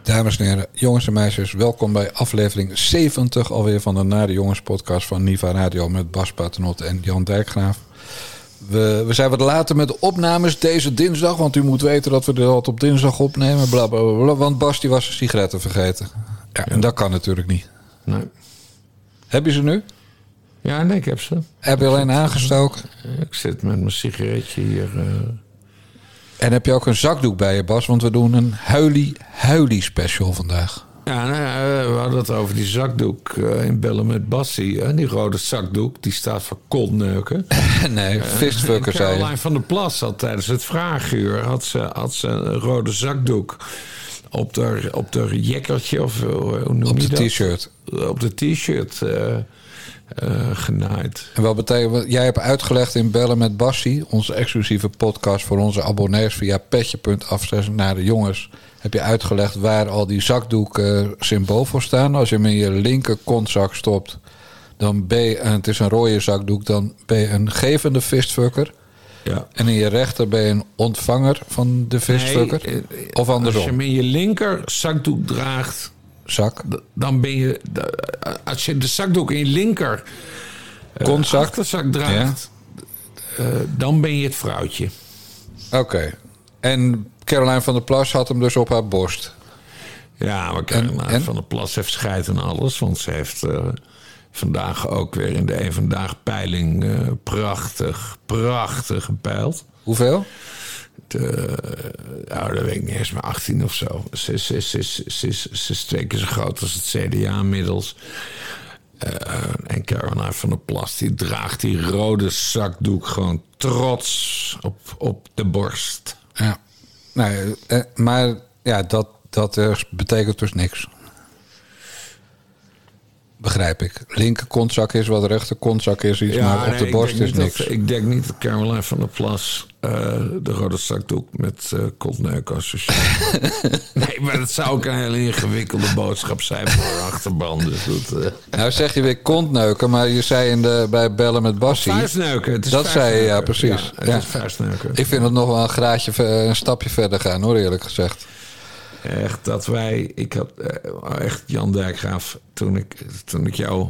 Dames en heren, jongens en meisjes, welkom bij aflevering 70 alweer van de Nare Jongens podcast van Niva Radio met Bas Paternotte en Jan Dijkgraaf. We zijn wat later met de opnames deze dinsdag, want u moet weten dat we dit altijd op dinsdag opnemen, blablabla, want Bas die was zijn sigaretten vergeten. Ja, en dat kan natuurlijk niet. Nee. Heb je ze nu? Ja, nee, ik heb ze. Heb je alleen aangestoken? Ik zit met mijn sigaretje hier. En heb je ook een zakdoek bij je, Bas? Want we doen een huilie special vandaag. Ja, we hadden het over die zakdoek in Bellen met Bassie. En die rode zakdoek, die staat voor kontneuken. Nee, fistfucker zei je. Caroline van der Plas had tijdens het vraaguur had ze een rode zakdoek op haar jekkertje, of hoe noem Op je de dat? t-shirt. Op de t-shirt genaaid. En wat betekent, jij hebt uitgelegd in Bellen met Bassie, onze exclusieve podcast voor onze abonnees via petje.af naar de jongens, heb je uitgelegd waar al die zakdoek symbool voor staan. Als je hem in je linker kontzak stopt, dan ben je, en het is een rode zakdoek, dan ben je een gevende fistfucker. Ja. En in je rechter ben je een ontvanger van de fistfucker. Nee, of andersom. Als je hem in je linker zakdoek draagt, dan ben je, als je de zakdoek in je linker achterzak draagt, dan ben je het vrouwtje. Oké. En Caroline van der Plas had hem dus op haar borst. Ja, maar Caroline van der Plas heeft scheid en alles, want ze heeft vandaag ook weer in de Eén Vandaag peiling prachtig gepeild. Hoeveel? Dat weet ik niet eens, maar 18 of zo. Ze is 2 keer zo groot als het CDA inmiddels. En Caroline van der Plas, die draagt die rode zakdoek gewoon trots op de borst. Ja. Nee, maar ja, dat betekent dus niks. Begrijp ik. Linker kontzak is wat rechter kontzak is iets, maar op de borst is niks. Ik denk niet dat Caroline van der Plas de rode zakdoek met kontneuk associeert. Nee, maar dat zou ook een hele ingewikkelde boodschap zijn voor haar achterban. Dus Nou zeg je weer kontneuken, maar je zei bij Bellen met Bassie. Vuistneuken. Dat zei je, ja, precies. Ja, het is vuistneuken. Ik vind het nog wel een stapje verder gaan, hoor, eerlijk gezegd. Echt, ik had echt Jan Dijkgraaf, toen ik jou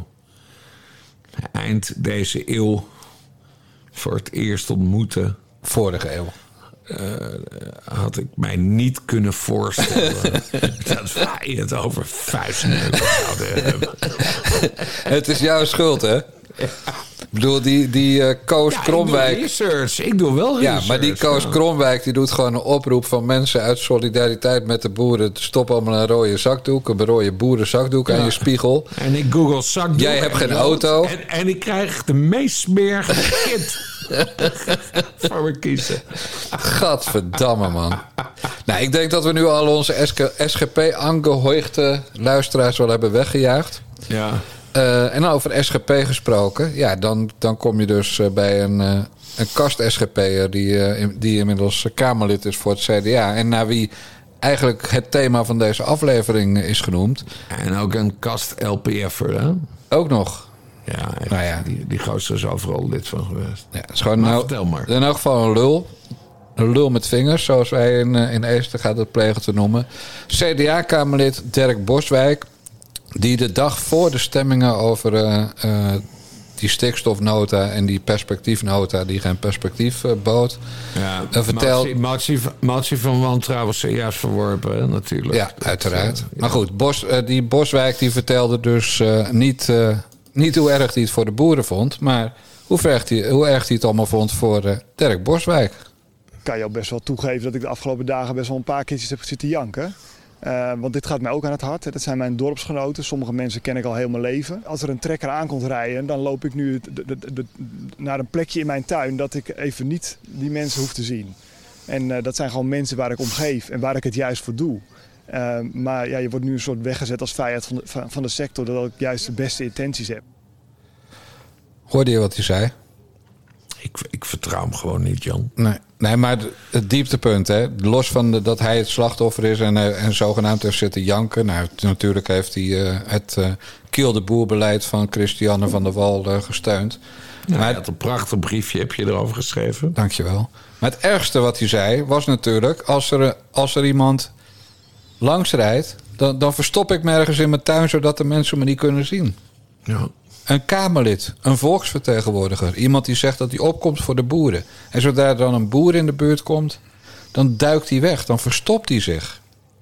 eind deze eeuw voor het eerst ontmoette. Vorige eeuw. Had ik mij niet kunnen voorstellen dat wij het over vuistneuken zouden hebben. Het is jouw schuld, hè? Ik bedoel, die Koos Kromwijk. Ik doe wel research. Ja, maar die Koos Kromwijk die doet gewoon een oproep van mensen uit solidariteit met de boeren. Stop allemaal een rode zakdoek, een rode boerenzakdoek aan je spiegel. En ik google zakdoek. Jij hebt geen auto. En ik krijg de meest smerige kind voor me kiezen. Gadverdamme, man. Nou, ik denk dat we nu al onze SGP-aangehoogde luisteraars wel hebben weggejaagd. Ja. En over SGP gesproken, ja, dan kom je dus bij een kast-SGP'er die inmiddels Kamerlid is voor het CDA. En naar wie eigenlijk het thema van deze aflevering is genoemd. En ook een kast-LPF'er, hè? Ook nog. Ja, echt, nou ja. Die gozer is overal lid van geweest. Ja, het is gewoon vertel maar. In elk geval een lul. Een lul met vingers, zoals wij in Eester gaat het plegen te noemen. CDA-Kamerlid Dirk Boswijk, die de dag voor de stemmingen over die stikstofnota en die perspectiefnota die geen perspectief bood. Ja, vertelt. motie van wantrouwen zojuist verworpen, hè, natuurlijk. Ja, uiteraard. Maar goed, die Boswijk die vertelde dus niet hoe erg hij het voor de boeren vond, maar hoe erg hij het allemaal vond voor Dirk Boswijk. Kan je al best wel toegeven dat ik de afgelopen dagen best wel een paar keertjes heb zitten janken. Want dit gaat mij ook aan het hart. Dat zijn mijn dorpsgenoten. Sommige mensen ken ik al heel mijn leven. Als er een trekker aan komt rijden, dan loop ik nu naar een plekje in mijn tuin dat ik even niet die mensen hoef te zien. En dat zijn gewoon mensen waar ik om geef en waar ik het juist voor doe. Maar ja, je wordt nu een soort weggezet als vijand van de sector, dat ik juist de beste intenties heb. Hoorde je wat hij zei? Ik vertrouw hem gewoon niet, Jan. Nee, maar het dieptepunt, hè, los van dat hij het slachtoffer is en zogenaamd heeft zitten janken. Nou, natuurlijk heeft hij het kill de boer-beleid van Christiane van der Wal gesteund. Ja, maar had een prachtig briefje heb je erover geschreven. Dankjewel. Maar het ergste wat hij zei was natuurlijk, als er iemand langs rijdt Dan verstop ik me ergens in mijn tuin... zodat de mensen me niet kunnen zien. Ja. Een Kamerlid, een volksvertegenwoordiger. Iemand die zegt dat hij opkomt voor de boeren. En zodra er dan een boer in de buurt komt... dan duikt hij weg, dan verstopt hij zich.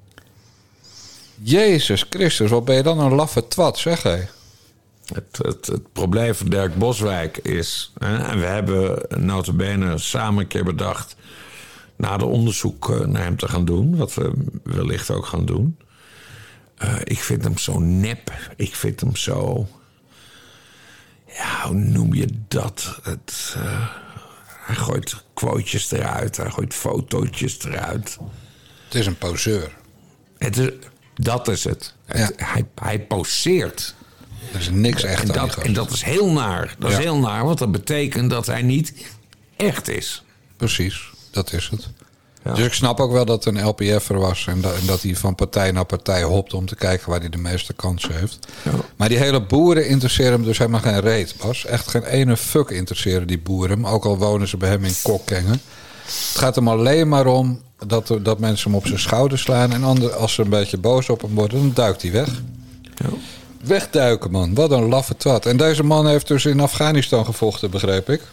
Jezus Christus, wat ben je dan een laffe twat, zeg hé. Het probleem van Dirk Boswijk is... en we hebben nota bene samen een keer bedacht... na de onderzoek naar hem te gaan doen... wat we wellicht ook gaan doen. Ik vind hem zo nep. Ik vind hem zo... Ja, hoe noem je dat? Hij gooit quotejes eruit. Hij gooit fotootjes eruit. Het is een poseur. Dat is het. Ja. Hij poseert. Er is niks echt aan. En dat is heel naar. Dat is heel naar, want dat betekent dat hij niet echt is. Precies, dat is het. Ja. Dus ik snap ook wel dat het een LPF'er was... en dat hij van partij naar partij hopt... om te kijken waar hij de meeste kansen heeft. Ja. Maar die hele boeren interesseren hem dus helemaal geen reet, Bas. Echt geen ene fuck interesseren die boeren hem. Ook al wonen ze bij hem in Kokkengen. Het gaat hem alleen maar om dat mensen hem op zijn schouder slaan... en als ze een beetje boos op hem worden, dan duikt hij weg. Ja. Wegduiken, man. Wat een laffe twat. En deze man heeft dus in Afghanistan gevochten, begreep ik.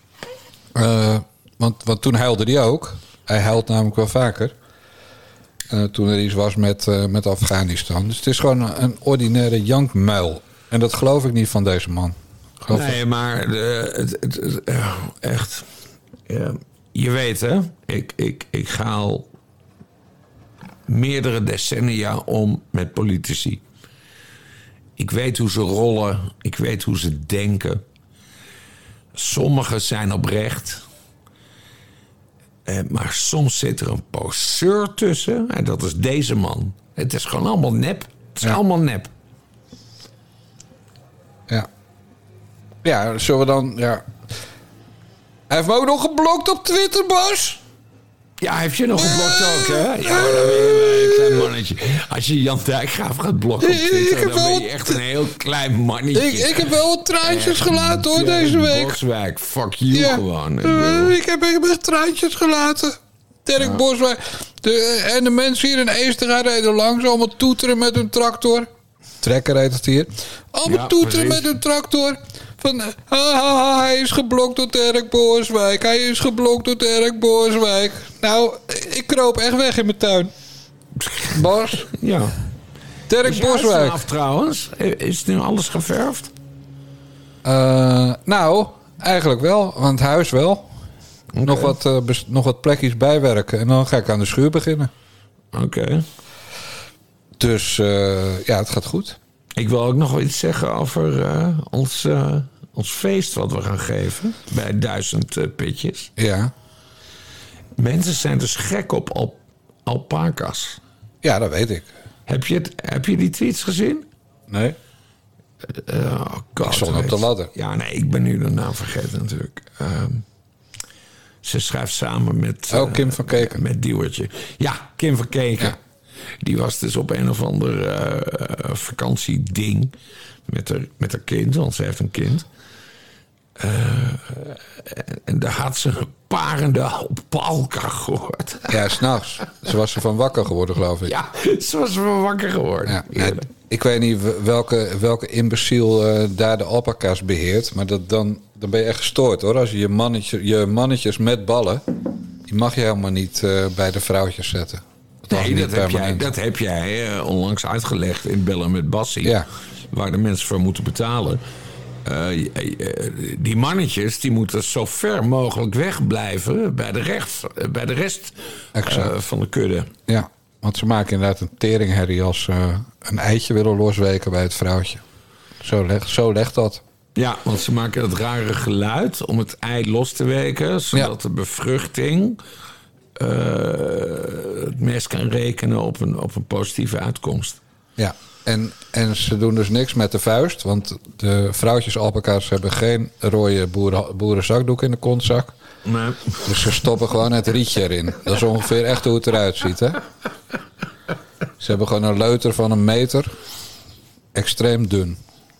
Want toen huilde hij ook... Hij huilt namelijk wel vaker. Toen er iets was met Afghanistan. Dus het is gewoon een ordinaire jankmuil. En dat geloof ik niet van deze man. Nee, maar echt. Je weet hè, ik ga al meerdere decennia om met politici. Ik weet hoe ze rollen. Ik weet hoe ze denken. Sommigen zijn oprecht... maar soms zit er een poseur tussen. En dat is deze man. Het is gewoon allemaal nep. Het is allemaal nep. Ja. Ja, zullen we dan... Ja. Hij heeft me ook nog geblokt op Twitter, Bas. Ja, hij heeft je nog geblokt ook, hè? Ja, maar dan ben je een klein mannetje. Als je Jan Dijkgraaf gaat blokken op Twitter... dan ben je echt een heel klein mannetje. Ik heb wel traantjes gelaten, hoor, deze week. Boswijk, fuck you gewoon. Ik heb echt traantjes gelaten. Dirk Boswijk. En de mensen hier in Eestera reden langs... allemaal toeteren met hun tractor. Trekker heet het hier. Allemaal toeteren met hun tractor... Van, hij is geblokt door Dirk Boswijk. Hij is geblokt door Dirk Boswijk. Nou, ik kroop echt weg in mijn tuin. Bas? Ja. Dirk Boswijk. Af trouwens? Is nu alles geverfd? Nou, eigenlijk wel. Want het huis wel. Okay. Nog wat plekjes bijwerken. En dan ga ik aan de schuur beginnen. Oké. Dus ja, het gaat goed. Ik wil ook nog wel iets zeggen over ons feest wat we gaan geven. Bij 1000 pitjes. Ja. Mensen zijn dus gek op alpaca's. Ja, dat weet ik. Heb je die tweets gezien? Nee. God, ik stond op de ladder. Ja, nee, ik ben nu de naam vergeten natuurlijk. Ze schrijft samen met... Kim van Keken. Met Diewertje. Ja, Kim van Keken. Ja. Die was dus op een of ander vakantieding met haar kind, want ze heeft een kind. En daar had ze een parende alpaca gehoord. Ja, 's nachts. Ze was ervan wakker geworden, geloof ik. Ja, ze was ervan wakker geworden. Ja, ik weet niet welke imbeciel daar de alpaca's beheert. Maar dan ben je echt gestoord, hoor. Als je je mannetjes met ballen... die mag je helemaal niet bij de vrouwtjes zetten. Nee, dat heb jij onlangs uitgelegd in Bellen met Bassie. Ja. Waar de mensen voor moeten betalen. Die mannetjes die moeten zo ver mogelijk wegblijven bij de rest van de kudde. Ja, want ze maken inderdaad een teringherrie als ze een eitje willen losweken bij het vrouwtje. Zo legt dat. Ja, want ze maken dat rare geluid om het ei los te weken, zodat de bevruchting het meest kan rekenen op een positieve uitkomst. Ja. En ze doen dus niks met de vuist. Want de vrouwtjes alpaca's hebben geen rode boerenzakdoek in de kontzak. Nee. Dus ze stoppen gewoon het rietje erin. Dat is ongeveer echt hoe het eruit ziet, hè? Ze hebben gewoon een leuter van 1 meter. Extreem dun.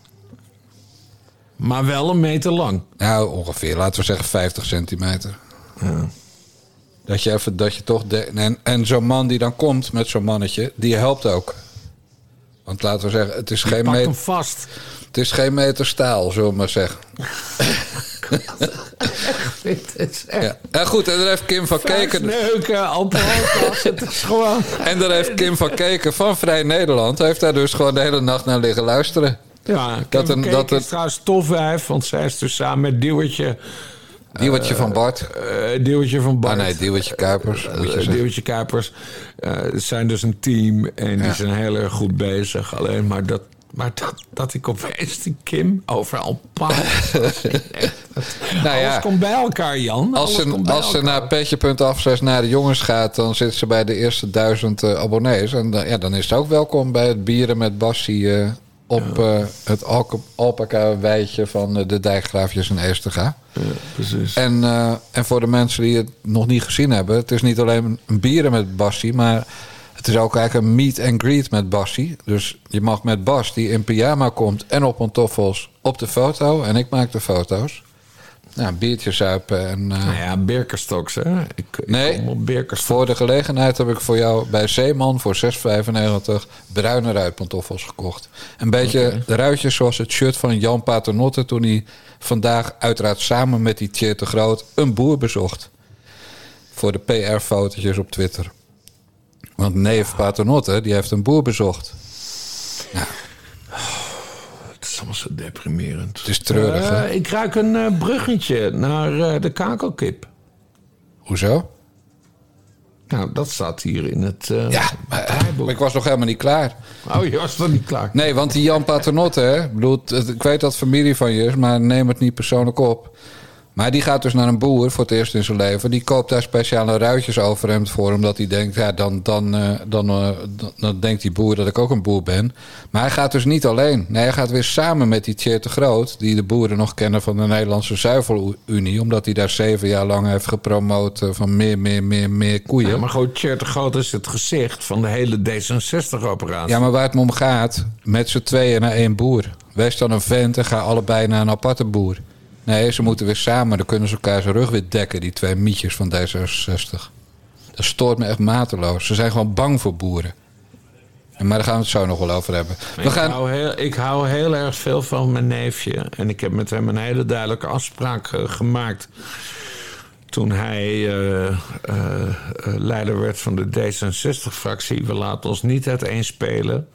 Maar wel 1 meter lang. Nou, ongeveer. Laten we zeggen 50 centimeter. Ja. Dat je toch... En zo'n man die dan komt met zo'n mannetje... die helpt ook. Want laten we zeggen, het is Pak hem vast. Het is geen meter staal, zullen we maar zeggen. Ja, goed, en daar heeft Kim van Keken... Het is gewoon... En daar heeft Kim van Keken van Vrij Nederland... heeft daar dus gewoon de hele nacht naar liggen luisteren. Ja, Kim van Keken is trouwens tof wijf... want zij is dus samen met Diewertje... Diewertje van Bart. Diewertje van Bart. Nee, Diewertje Kuipers. Diewertje Kuipers. Zijn dus een team en die zijn heel erg goed bezig. Alleen maar dat ik opeens die Kim overal paal. Alles komt bij elkaar, Jan. Als ze naar petje.af naar de jongens gaat... dan zit ze bij de eerste 1000 abonnees. En dan is ze ook welkom bij het Bieren met Bassie... op het alpaca-weidje van de Dijkgraafjes in Eestega. Ja, precies. En voor de mensen die het nog niet gezien hebben... het is niet alleen een Bieren met Bassie... maar het is ook eigenlijk een meet and greet met Bassie. Dus je mag met Bas, die in pyjama komt... en op pantoffels op de foto. En ik maak de foto's. Nou, een biertje zuipen en... Birkenstocks, hè? Nee, voor de gelegenheid heb ik voor jou bij Zeeman... voor €6,95 bruine ruitpantoffels gekocht. Een beetje de ruitjes zoals het shirt van Jan Paternotte... toen hij vandaag uiteraard samen met die Tjeerd de Groot... een boer bezocht. Voor de PR-fotootjes op Twitter. Want neef Paternotte, die heeft een boer bezocht. Nou... Het is allemaal zo deprimerend. Het is treurig, hè? Ik ruik een bruggetje naar de kakelkip. Hoezo? Nou, dat staat hier in het maar ik was nog helemaal niet klaar. Oh, je was nog niet klaar? Nee, want die Jan Paternotte, hè? Ik weet dat het familie van je is, maar neem het niet persoonlijk op. Maar die gaat dus naar een boer voor het eerst in zijn leven. Die koopt daar speciale ruitjes overhemd voor. Omdat hij denkt, dan denkt die boer dat ik ook een boer ben. Maar hij gaat dus niet alleen. Nee, hij gaat weer samen met die Tjeerd de Groot... die de boeren nog kennen van de Nederlandse Zuivelunie. Omdat hij daar 7 jaar lang heeft gepromoot van meer koeien. Ja, maar goed, Tjeerd de Groot is het gezicht van de hele D66-operatie. Ja, maar waar het me om gaat, met z'n tweeën naar 1 boer. Wees dan een vent en ga allebei naar een aparte boer. Nee, ze moeten weer samen. Dan kunnen ze elkaar zijn rug weer dekken, die 2 mietjes van D66. Dat stoort me echt mateloos. Ze zijn gewoon bang voor boeren. Maar daar gaan we het zo nog wel over hebben. Ik hou heel erg veel van mijn neefje. En ik heb met hem een hele duidelijke afspraak gemaakt... toen hij leider werd van de D66-fractie. We laten ons niet uiteenspelen.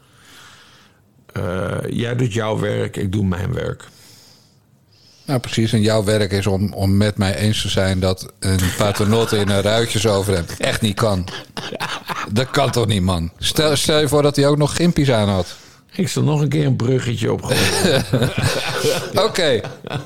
Jij doet jouw werk, ik doe mijn werk. Nou, precies. En jouw werk is om met mij eens te zijn... dat een Paternotte in een ruitjes overhemd echt niet kan. Dat kan toch niet, man? Stel je voor dat hij ook nog gimpies aan had. Ik zal nog een keer een bruggetje opgooien. Oké.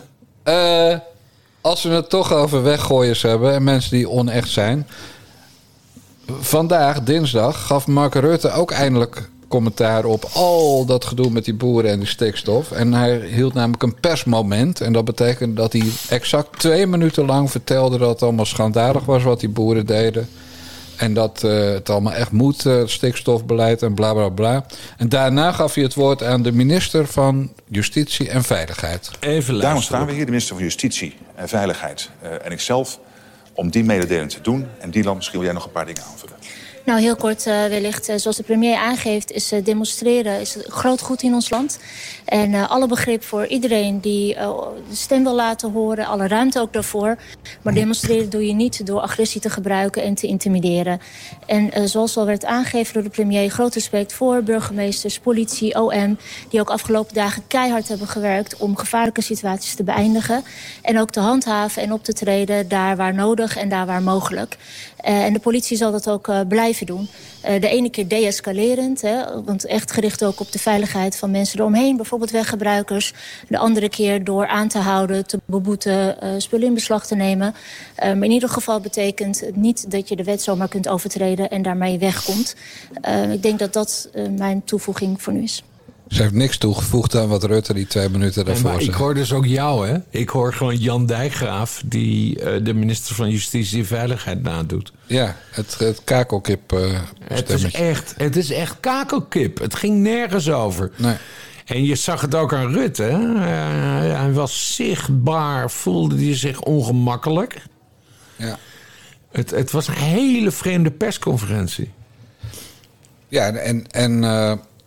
Als we het toch over weggooiers hebben... en mensen die onecht zijn... Vandaag, dinsdag, gaf Mark Rutte ook eindelijk... commentaar op al dat gedoe met die boeren en de stikstof. En hij hield namelijk een persmoment. En dat betekent dat hij exact 2 minuten lang vertelde... dat het allemaal schandalig was wat die boeren deden. En dat het allemaal echt moet, stikstofbeleid en bla bla bla. En daarna gaf hij het woord aan de minister van Justitie en Veiligheid. Daarom staan we hier, de minister van Justitie en Veiligheid en ikzelf... om die mededeling te doen. En Dylan, misschien wil jij nog een paar dingen aanvullen. Nou, heel kort wellicht. Zoals de premier aangeeft, is demonstreren is een groot goed in ons land. En alle begrip voor iedereen die de stem wil laten horen. Alle ruimte ook daarvoor. Maar demonstreren doe je niet door agressie te gebruiken en te intimideren. En zoals al werd aangegeven door de premier... groot respect voor burgemeesters, politie, OM... die ook afgelopen dagen keihard hebben gewerkt... om gevaarlijke situaties te beëindigen. En ook te handhaven en op te treden daar waar nodig en daar waar mogelijk. En de politie zal dat ook blijven doen. De ene keer deescalerend, want echt gericht ook op de veiligheid van mensen eromheen. Bijvoorbeeld weggebruikers. De andere keer door aan te houden, te beboeten, spullen in beslag te nemen. Maar in ieder geval betekent het niet dat je de wet zomaar kunt overtreden en daarmee wegkomt. Ik denk dat dat mijn toevoeging voor nu is. Ze heeft niks toegevoegd aan wat Rutte die 2 minuten daarvoor zei. Ik hoor dus ook jou, hè? Ik hoor gewoon Jan Dijkgraaf... die de minister van Justitie en Veiligheid nadoet. Ja, het kakelkip het is echt kakelkip. Het ging nergens over. Nee. En je zag het ook aan Rutte. Hij was zichtbaar, voelde hij zich ongemakkelijk. Ja. Het was een hele vreemde persconferentie. Ja, en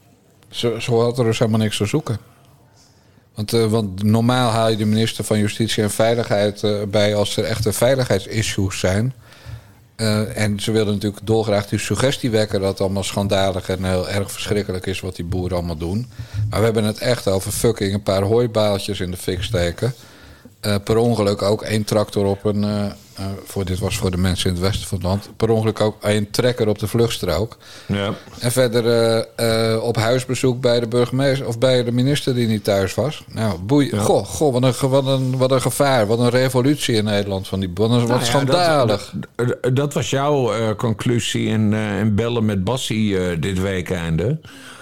Ze had er dus helemaal niks te zoeken. Want normaal haal je de minister van Justitie en Veiligheid bij als er echte veiligheidsissues zijn. En ze wilden natuurlijk dolgraag die suggestie wekken dat het allemaal schandalig en heel erg verschrikkelijk is wat die boeren allemaal doen. Maar we hebben het echt over fucking een paar hooibaaltjes in de fik steken. Per ongeluk ook 1 tractor op een... dit was voor de mensen in het westen van het land. Per ongeluk ook 1 trekker op de vluchtstrook. Ja. En verder op huisbezoek bij de burgemeester of bij de minister die niet thuis was. Nou, boei. Ja. Goh, wat een gevaar. Wat een revolutie in Nederland van die boeren. Wat schandalig. Dat was jouw conclusie in Bellen met Bassie dit weekende.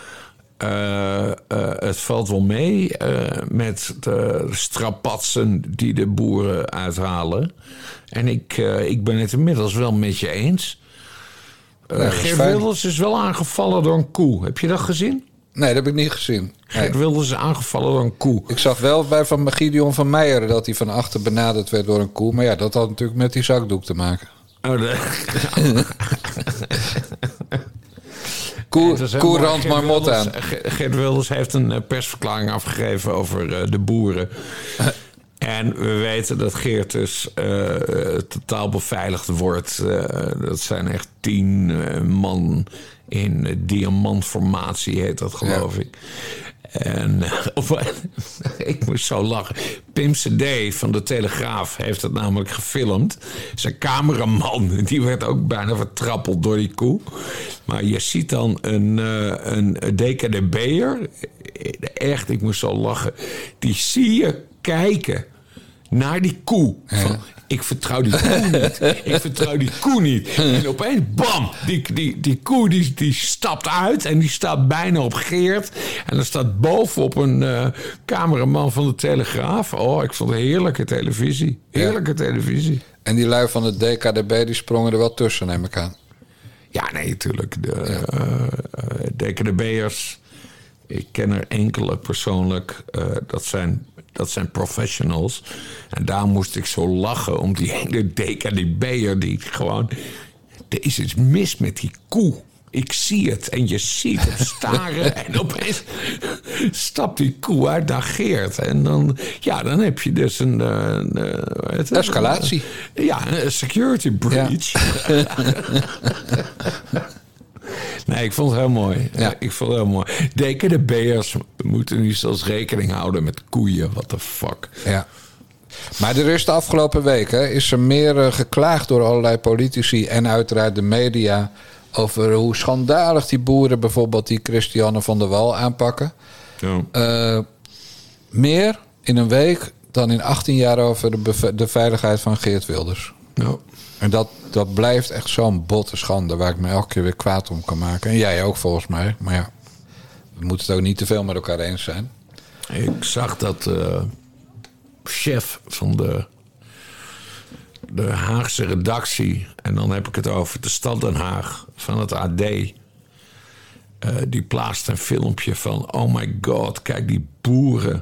Het valt wel mee met de strapatsen die de boeren uithalen. En ik ben het inmiddels wel met je eens. Geert Wilders is wel aangevallen door een koe. Heb je dat gezien? Nee, dat heb ik niet gezien. Geert Wilders is aangevallen door een koe. Ik zag wel bij van Gideon van Meijeren dat hij van achter benaderd werd door een koe. Maar ja, dat had natuurlijk met die zakdoek te maken. Koerant marmot aan. Geert Wilders heeft een persverklaring afgegeven over de boeren. En we weten dat Geert dus totaal beveiligd wordt. Dat zijn echt 10 man in diamantformatie, heet dat, geloof ik. En ik moest zo lachen. Pim CD van de Telegraaf heeft het namelijk gefilmd. Zijn cameraman, die werd ook bijna vertrappeld door die koe. Maar je ziet dan een DKDB'er. Echt, ik moest zo lachen. Die zie je kijken naar die koe. Van, ik vertrouw die koe niet. Ik vertrouw die koe niet. En opeens, bam! Die koe die stapt uit en die staat bijna op Geert. En er staat bovenop een cameraman van de Telegraaf. Oh, ik vond het heerlijke televisie. Heerlijke televisie. En die lui van het DKDB die sprongen er wel tussen, neem ik aan. Ja, nee, natuurlijk. De DKDB'ers, ik ken er enkele persoonlijk. Dat zijn professionals. En daar moest ik zo lachen om die hele DKDB'er die gewoon... Er is iets mis met die koe. Ik zie het. En je ziet hem staren. En opeens stapt die koe uit naar Geert. En dan heb je dus een... escalatie. Een security breach. Ja. Nee, ik vond het heel mooi. Ja. Ik vond het heel mooi. DKDB'ers moeten nu zelfs rekening houden met koeien. What the fuck. Ja. Maar er is de afgelopen weken is er meer geklaagd door allerlei politici en uiteraard de media over hoe schandalig die boeren bijvoorbeeld die Christiane van der Wal aanpakken. Ja. Meer in een week dan in 18 jaar over de veiligheid van Geert Wilders. Ja. En dat blijft echt zo'n botte schande waar ik me elke keer weer kwaad om kan maken. En jij ook volgens mij. Maar ja, we moeten het ook niet te veel met elkaar eens zijn. Ik zag dat chef van de Haagse redactie... en dan heb ik het over de stad Den Haag van het AD... die plaatst een filmpje van... oh my god, kijk die boeren...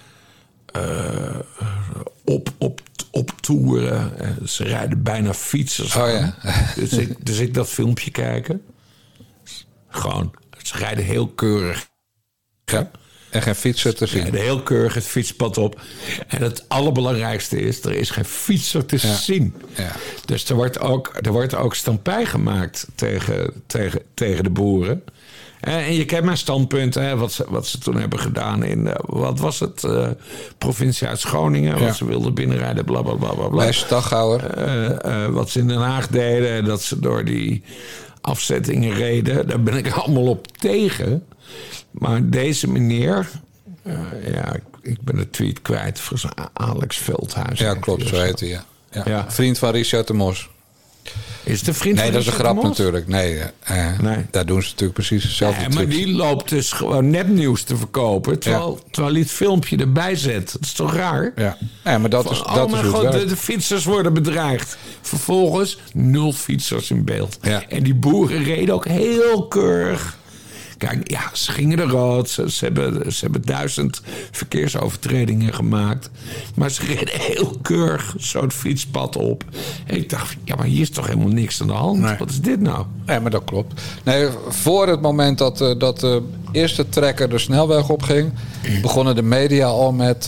op toeren. Ze rijden bijna fietsers aan. Ja. Dus ik dat filmpje kijken. Gewoon, ze rijden heel keurig. Ja. En geen fietser te zien. Ze rijden heel keurig het fietspad op. En het allerbelangrijkste is, er is geen fietser te zien. Ja. Dus er wordt ook stampij gemaakt tegen de boeren. En je kent mijn standpunt, hè, wat ze toen hebben gedaan in... wat was het? Provincie uit Groningen. Ja. Wat ze wilden binnenrijden, blablabla. Bij Staghouwer. Wat ze in Den Haag deden. Dat ze door die afzettingen reden. Daar ben ik allemaal op tegen. Maar deze meneer... ik ben de tweet kwijt. Voor Alex Veldhuis. Ja, klopt. Zo heet hij, ja. Vriend van Richard de Mos. Is het een vriend van dat is een grap natuurlijk. Nee, daar doen ze natuurlijk precies hetzelfde. Maar die loopt dus gewoon nepnieuws te verkopen... terwijl hij het filmpje erbij zet. Dat is toch raar? Ja, maar dat is god, de fietsers worden bedreigd. Vervolgens 0 fietsers in beeld. Ja. En die boeren reden ook heel keurig... Kijk, ja, ze gingen er rood. Ze hebben 1000 verkeersovertredingen gemaakt. Maar ze reden heel keurig zo'n fietspad op. En ik dacht, ja, maar hier is toch helemaal niks aan de hand? Nee. Wat is dit nou? Nee, maar dat klopt. Nee, voor het moment dat de eerste trekker de snelweg opging, begonnen de media al met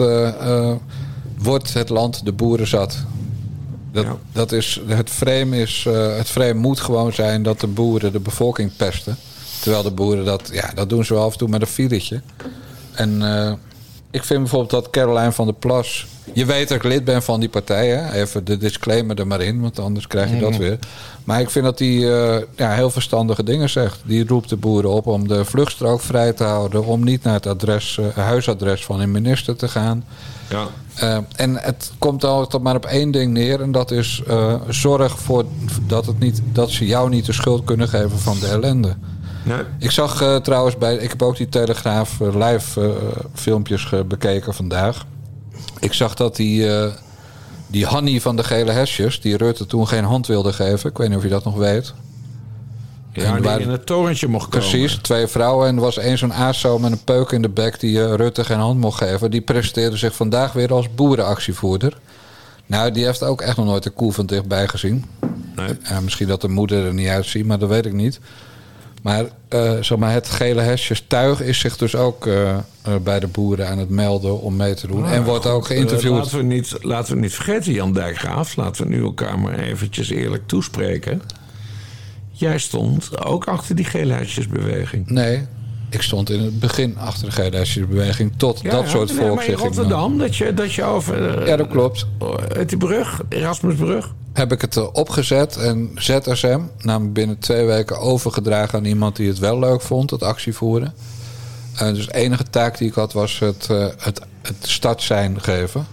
wordt het land de boeren zat. Dat is, het frame moet gewoon zijn dat de boeren de bevolking pesten. Terwijl de boeren dat doen ze wel af en toe met een viretje. En ik vind bijvoorbeeld dat Caroline van der Plas... Je weet dat ik lid ben van die partij. Hè? Even de disclaimer er maar in, want anders krijg je dat weer. Maar ik vind dat hij heel verstandige dingen zegt. Die roept de boeren op om de vluchtstrook vrij te houden. Om niet naar het huisadres van een minister te gaan. Ja. En het komt altijd maar op één ding neer. En dat is zorg voor dat ze jou niet de schuld kunnen geven van de ellende. Nee. Ik zag trouwens ik heb ook die Telegraaf live filmpjes bekeken vandaag. Ik zag dat die Hannie van de gele hesjes, die Rutte toen geen hand wilde geven. Ik weet niet of je dat nog weet. Ja, die in het torentje mocht komen. Precies, 2 vrouwen. En er was één zo'n ASO met een peuk in de bek die Rutte geen hand mocht geven. Die presenteerde zich vandaag weer als boerenactievoerder. Nou, die heeft ook echt nog nooit de koe van dichtbij gezien. Nee. Misschien dat de moeder er niet uitziet, maar dat weet ik niet. Maar, het gele hesjestuig is zich dus ook bij de boeren aan het melden om mee te doen. En wordt ook geïnterviewd. Laten we niet vergeten, Jan Dijkgraaf. Laten we nu elkaar maar eventjes eerlijk toespreken. Jij stond ook achter die gele hesjesbeweging. Nee, ik stond in het begin achter de gele hesjesbeweging tot dat soort volkszichtingen. Maar in Rotterdam, dat je over... ja, dat klopt. Die brug, Erasmusbrug... Heb ik het opgezet en ZSM namelijk binnen 2 weken overgedragen aan iemand die het wel leuk vond, het actievoeren. Dus de enige taak die ik had was het startsein geven.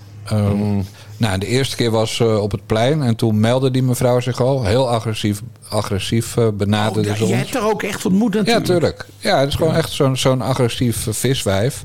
De eerste keer was op het plein en toen meldde die mevrouw zich al. Heel agressief benaderde ze ons. Jij hebt er ook echt ontmoet natuurlijk. Ja, tuurlijk. Ja, het is gewoon echt zo'n agressief viswijf.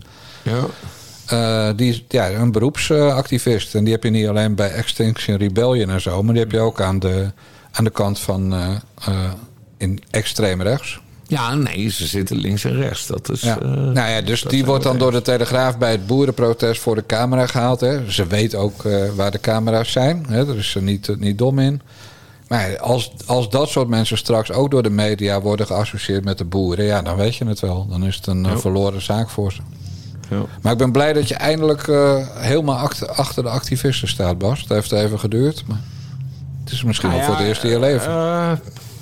Ja. Die is een beroepsactivist. En die heb je niet alleen bij Extinction Rebellion en zo, maar die heb je ook aan de kant van in extreem rechts. Ja, nee, ze zitten links en rechts. Dat is, dus die wordt dan door de Telegraaf bij het boerenprotest voor de camera gehaald. Hè. Ze weet ook waar de camera's zijn. Hè. Daar is ze niet dom in. Maar als dat soort mensen straks ook door de media worden geassocieerd met de boeren, ja, dan weet je het wel. Dan is het een verloren zaak voor ze. Ja. Maar ik ben blij dat je eindelijk helemaal achter de activisten staat, Bas. Het heeft even geduurd, maar het is misschien wel voor het eerst in je leven.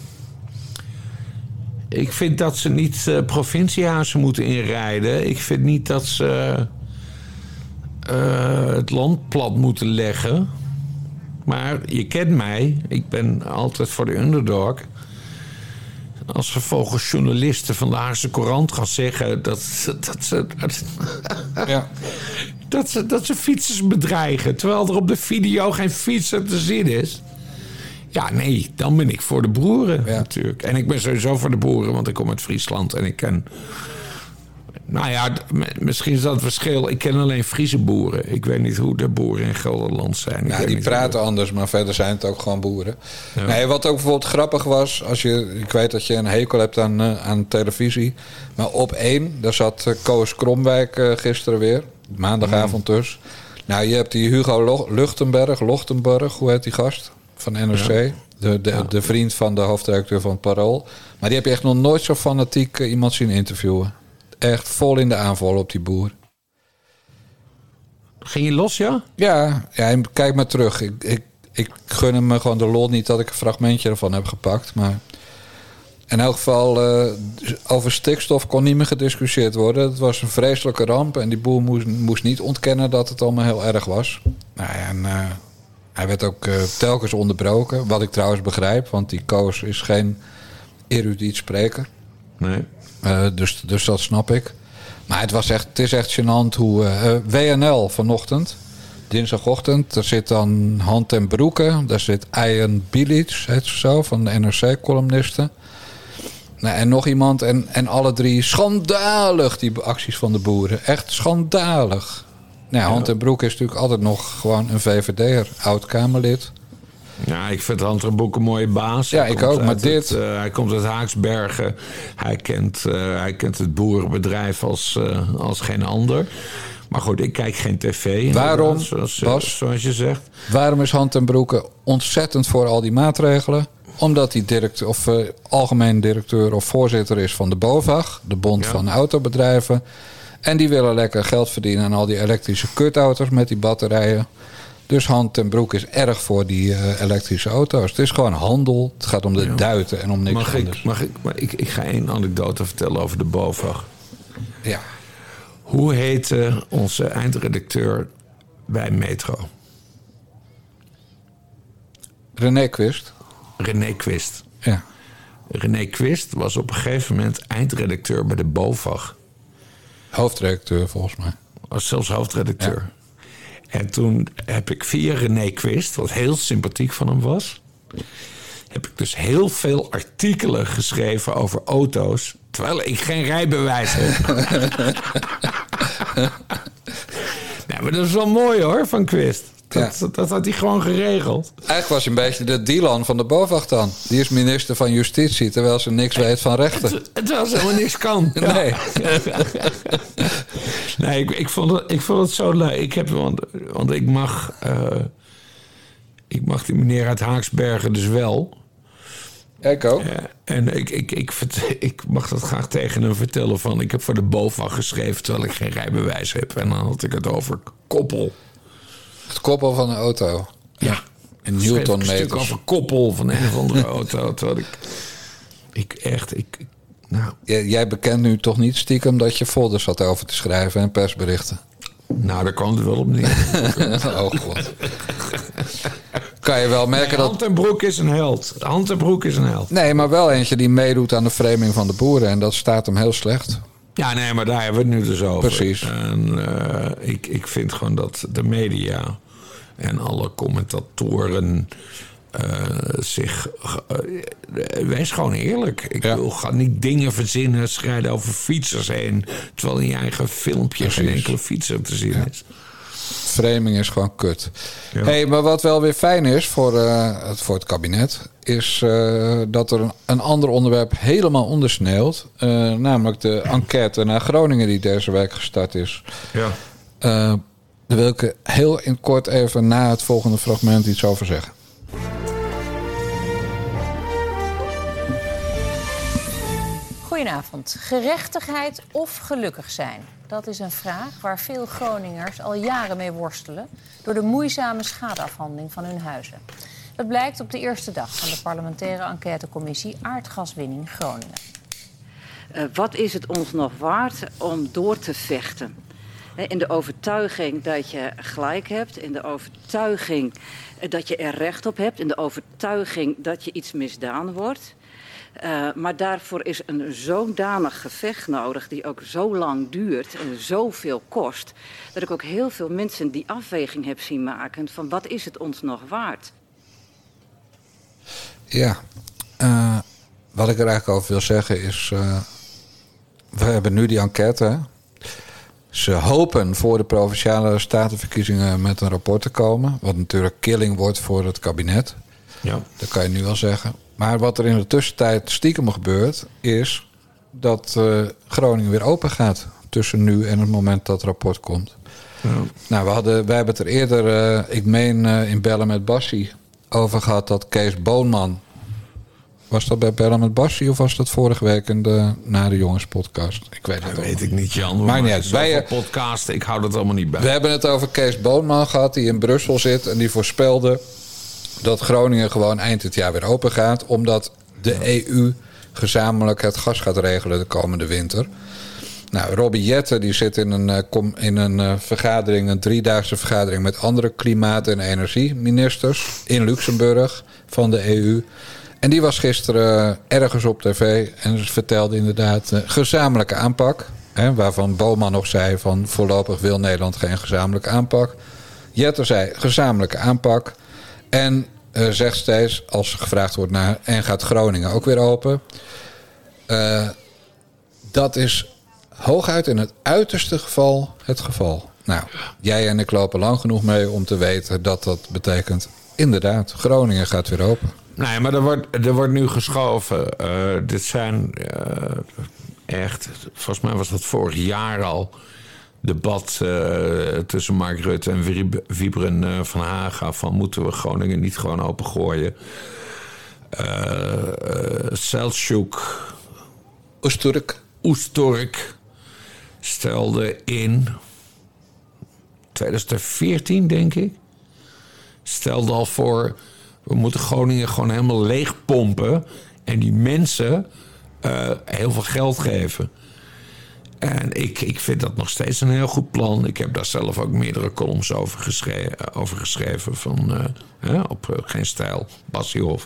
Ik vind dat ze niet provinciehuizen moeten inrijden. Ik vind niet dat ze het land plat moeten leggen. Maar je kent mij. Ik ben altijd voor de underdog. Als vervolgens journalisten van de Haagse Courant gaan zeggen dat ze fietsers bedreigen, terwijl er op de video geen fietser te zien is. Ja, nee, dan ben ik voor de boeren natuurlijk. En ik ben sowieso voor de boeren, want ik kom uit Friesland en ik ken... Nou ja, misschien is dat het verschil. Ik ken alleen Friese boeren. Ik weet niet hoe de boeren in Gelderland zijn. Ja, die praten anders, maar verder zijn het ook gewoon boeren. Ja. Nee, wat ook bijvoorbeeld grappig was, ik weet dat je een hekel hebt aan televisie. Maar op 1, daar zat Koos Kromwijk gisteren weer. Maandagavond dus. Nou, je hebt die Hugo Lochtenberg, hoe heet die gast? Van NRC. Ja. De vriend van de hoofdredacteur van Parool. Maar die heb je echt nog nooit zo fanatiek iemand zien interviewen. Echt vol in de aanval op die boer. Ging je los, ja? Ja, kijk maar terug. Ik gun hem gewoon de lol niet dat ik een fragmentje ervan heb gepakt. Maar in elk geval, over stikstof kon niet meer gediscussieerd worden. Het was een vreselijke ramp en die boer moest niet ontkennen dat het allemaal heel erg was. Nou ja, en hij werd ook telkens onderbroken. Wat ik trouwens begrijp, want die Koos is geen erudiet spreker. Nee. Dus dat snap ik. Maar het is echt gênant hoe... WNL vanochtend, dinsdagochtend, daar zit dan Hand ten Broeke. Daar zit Ian Bilic, heet ze zo, van de NRC-columnisten. Nou, en nog iemand. En alle 3 schandalig, die acties van de boeren. Echt schandalig. Nou, Hand ten Broeke is natuurlijk altijd nog gewoon een VVD'er, oud-Kamerlid. Ja, ik vind Han ten Broek een mooie baas. Ja, ik ook, maar dit... hij komt uit Haaksbergen. Hij kent het boerenbedrijf als geen ander. Maar goed, ik kijk geen tv. Waarom, Bas, zoals je zegt. Waarom is Han ten Broeke ontzettend voor al die maatregelen? Omdat hij algemeen directeur of voorzitter is van de BOVAG, de Bond van Autobedrijven. En die willen lekker geld verdienen aan al die elektrische kutauto's met die batterijen. Dus Han ten Broek is erg voor die elektrische auto's. Het is gewoon handel. Het gaat om de duiten en om niks anders. Ik ga één anekdote vertellen over de BOVAG. Ja. Hoe heette onze eindredacteur bij Metro? René Quist. René Quist. Ja. René Quist was op een gegeven moment eindredacteur bij de BOVAG. Hoofdredacteur volgens mij. Was zelfs hoofdredacteur. Ja. En toen heb ik via René Quist, wat heel sympathiek van hem was, heb ik dus heel veel artikelen geschreven over auto's, terwijl ik geen rijbewijs heb. Nee, maar dat is wel mooi hoor, van Quist. Dat had hij gewoon geregeld. Eigenlijk was hij een beetje de Dylan van de BOVAG dan. Die is minister van Justitie, terwijl ze niks weet van rechten. Terwijl ze helemaal niks kan. Nee. Nee, ik vond het zo leuk. Want ik mag die meneer uit Haaksbergen dus wel. Ik ook. En ik mag dat graag tegen hem vertellen van... ik heb voor de BOVAG geschreven terwijl ik geen rijbewijs heb. En dan had ik het over koppel. Het koppel van een auto. Ja. In newtonmeters. Een stuk over koppel van een of andere auto. Terwijl nou. Jij bekent nu toch niet stiekem dat je folders had over te schrijven en persberichten? Nou, daar kwam het wel op neer. Oh god. Kan je wel merken dat... Han ten Broek is een held. Han ten Broek is een held. Nee, maar wel eentje die meedoet aan de framing van de boeren. En dat staat hem heel slecht. Ja, nee, maar daar hebben we het nu dus over. Precies. En ik vind gewoon dat de media en alle commentatoren zich... wees gewoon eerlijk. Ik ga niet dingen verzinnen, schrijven over fietsers heen, terwijl in je eigen filmpjes geen enkele fietser te zien is. Framing is gewoon kut. Ja. Hey, maar wat wel weer fijn is voor het kabinet... is dat er een ander onderwerp helemaal ondersneeuwt. Namelijk de enquête naar Groningen die deze week gestart is. Ja. Daar wil ik heel in kort even na het volgende fragment iets over zeggen. Goedenavond. Gerechtigheid of gelukkig zijn? Dat is een vraag waar veel Groningers al jaren mee worstelen... door de moeizame schadeafhandeling van hun huizen. Dat blijkt op de eerste dag van de parlementaire enquêtecommissie Aardgaswinning Groningen. Wat is het ons nog waard om door te vechten? In de overtuiging dat je gelijk hebt, in de overtuiging dat je er recht op hebt... in de overtuiging dat je iets misdaan wordt... maar daarvoor is een zodanig gevecht nodig die ook zo lang duurt en zoveel kost... dat ik ook heel veel mensen die afweging heb zien maken van wat is het ons nog waard? Ja, wat ik er eigenlijk over wil zeggen is... we hebben nu die enquête. Hè? Ze hopen voor de Provinciale Statenverkiezingen met een rapport te komen... wat natuurlijk killing wordt voor het kabinet. Ja. Dat kan je nu wel zeggen. Maar wat er in de tussentijd stiekem gebeurt... is dat Groningen weer open gaat... tussen nu en het moment dat het rapport komt. Ja. Nou, wij hebben het er eerder... ik meen in Bellen met Bassie... over gehad dat Kees Boonman... Was dat bij Bellen met Bassie of was dat vorige week in de Nare Jongens podcast? Ik weet het Dat weet ik niet, Jan. Maakt niet uit. Wij podcasten, ik hou dat allemaal niet bij. We hebben het over Kees Boonman gehad, die in Brussel zit... en die voorspelde dat Groningen gewoon eind dit jaar weer open gaat... omdat de EU gezamenlijk het gas gaat regelen de komende winter. Nou, Robbie Jette die zit in een vergadering, een 3-daagse vergadering... met andere klimaat- en energieministers in Luxemburg van de EU... En die was gisteren ergens op tv en ze vertelde inderdaad gezamenlijke aanpak. Hè, waarvan Boma nog zei van voorlopig wil Nederland geen gezamenlijke aanpak. Jette zei gezamenlijke aanpak. En zegt steeds, als er gevraagd wordt naar... en gaat Groningen ook weer open? Dat is hooguit in het uiterste geval het geval. Nou, jij en ik lopen lang genoeg mee om te weten dat dat betekent... Inderdaad, Groningen gaat weer open. Nee, maar er wordt nu geschoven. Dit zijn echt... Volgens mij was dat vorig jaar al... debat tussen Mark Rutte en Wiebren van Haga... van moeten we Groningen niet gewoon opengooien. Selçuk Oesturk stelde in 2014, denk ik... stelde al voor... we moeten Groningen gewoon helemaal leegpompen... en die mensen heel veel geld geven. En ik vind dat nog steeds een heel goed plan. Ik heb daar zelf ook meerdere columns over geschreven... op Geen Stijl, Bassiehof.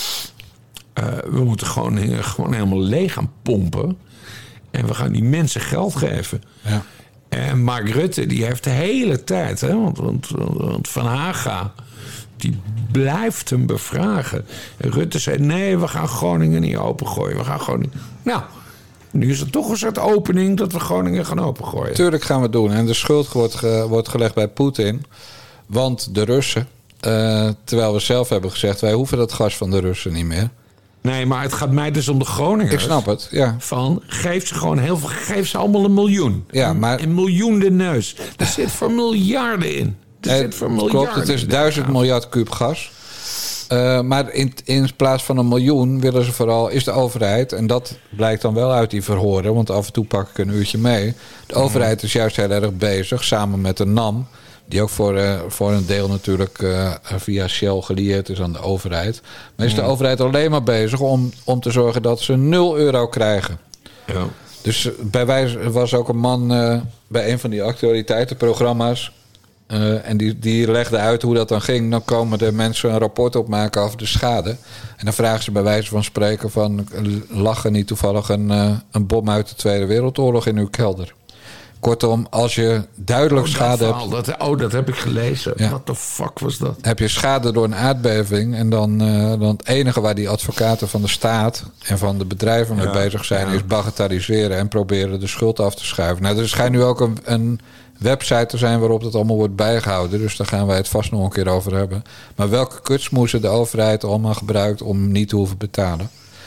We moeten Groningen gewoon helemaal leeg gaan pompen... en we gaan die mensen geld geven... Ja. En Mark Rutte, die heeft de hele tijd... want Van Haga... die blijft hem bevragen. En Rutte zei, nee, we gaan Groningen niet opengooien. We gaan Groningen... Nou, nu is er toch een soort opening... dat we Groningen gaan opengooien. Tuurlijk gaan we het doen. En de schuld wordt gelegd bij Poetin. Want de Russen... terwijl we zelf hebben gezegd... wij hoeven dat gas van de Russen niet meer... Nee, maar het gaat mij dus om de Groningers. Ik snap het, ja. Van, geef ze gewoon heel veel... geef ze allemaal $1 miljoen. Ja, maar... Een miljoen de neus. Er zit voor miljarden in. Klopt, het is 1000 miljard kuub gas. Maar in plaats van $1 miljoen willen ze vooral... is de overheid, en dat blijkt dan wel uit die verhoren... want af en toe pak ik een uurtje mee... de overheid is juist heel erg bezig, samen met de NAM... die ook voor een deel natuurlijk via Shell gelieerd is aan de overheid. Maar is de overheid alleen maar bezig om te zorgen dat ze €0 krijgen. Ja. Dus bij wijze was ook een man bij een van die actualiteitenprogramma's... en die legde uit hoe dat dan ging. Dan komen de mensen een rapport opmaken over de schade. En dan vragen ze bij wijze van spreken van... lag er niet toevallig een bom uit de Tweede Wereldoorlog in uw kelder? Kortom, als je duidelijk schade hebt... dat heb ik gelezen. Ja. What the fuck was dat? Heb je schade door een aardbeving... en dan het enige waar die advocaten van de staat... en van de bedrijven mee bezig zijn... is bagatelliseren en proberen de schuld af te schuiven. Nou, er schijnt nu ook een website te zijn... waarop dat allemaal wordt bijgehouden. Dus daar gaan wij het vast nog een keer over hebben. Maar welke kutsmoezen de overheid allemaal gebruikt... om niet te hoeven betalen?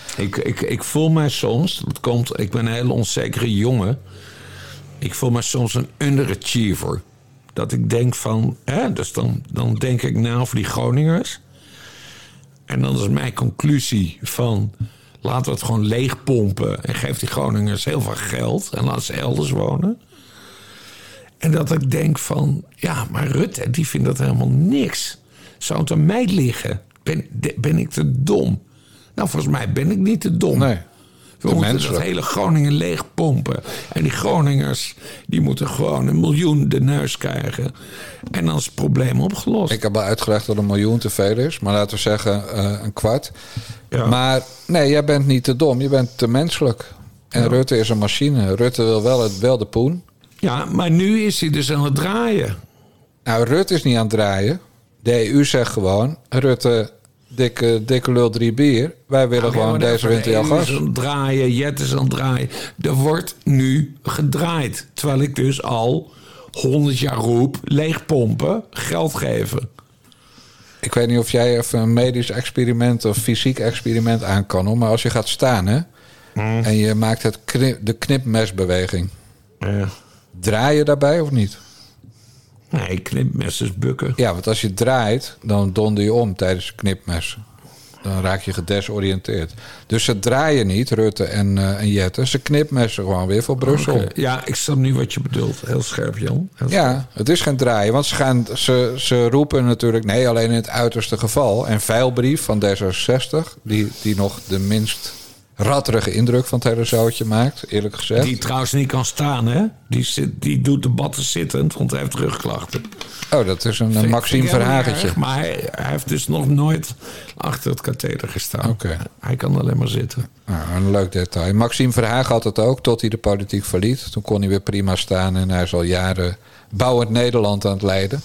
Ik voel mij soms... ik ben een hele onzekere jongen... Ik voel me soms een underachiever. Dat ik denk van... dus dan denk ik na over die Groningers. En dan is mijn conclusie van... laten we het gewoon leegpompen... en geef die Groningers heel veel geld... en laat ze elders wonen. En dat ik denk van... ja, maar Rutte, die vindt dat helemaal niks. Zou het aan mij liggen? Ben ik te dom? Nou, volgens mij ben ik niet te dom. Nee. We moeten dat hele Groningen leegpompen. En die Groningers, die moeten gewoon $1 miljoen de neus krijgen. En dan is het probleem opgelost. Ik heb al uitgelegd dat $1 miljoen te veel is. Maar laten we zeggen een kwart. Ja. Maar nee, jij bent niet te dom. Je bent te menselijk. En Rutte is een machine. Rutte wil wel de poen. Ja, maar nu is hij dus aan het draaien. Nou, Rutte is niet aan het draaien. De EU zegt gewoon... Rutte... Dikke lul 3 bier. Wij willen gewoon deze winter jouw gas. Jet is aan het draaien. Er wordt nu gedraaid. Terwijl ik dus al 100 jaar roep... leegpompen, geld geven. Ik weet niet of jij even een medisch experiment... of fysiek experiment aan kan. Hoor. Maar als je gaat staan... hè, en je maakt de knipmesbeweging... Ja. Draai je daarbij of niet? Nee, knipmes is bukken. Ja, want als je draait, dan donder je om tijdens het knipmes. Dan raak je gedesoriënteerd. Dus ze draaien niet, Rutte en Jette. Ze knipmessen gewoon weer voor Brussel. Okay. Ja, ik snap nu wat je bedoelt. Heel scherp, Jan. Heel ja, scherp. het is geen draaien. Want ze roepen natuurlijk... nee, alleen in het uiterste geval. En veilbrief van D66... die nog de minst... ratterige indruk van het hele zoutje maakt, eerlijk gezegd. Die trouwens niet kan staan, hè? Die doet debatten zittend, want hij heeft rugklachten. Oh, dat is een Maxime Verhagentje. Maar hij heeft dus nog nooit achter het katheder gestaan. Okay. Hij kan alleen maar zitten. Nou, een leuk detail. Maxime Verhagen had het ook, tot hij de politiek verliet. Toen kon hij weer prima staan en hij is al jaren bouwend Nederland aan het leiden.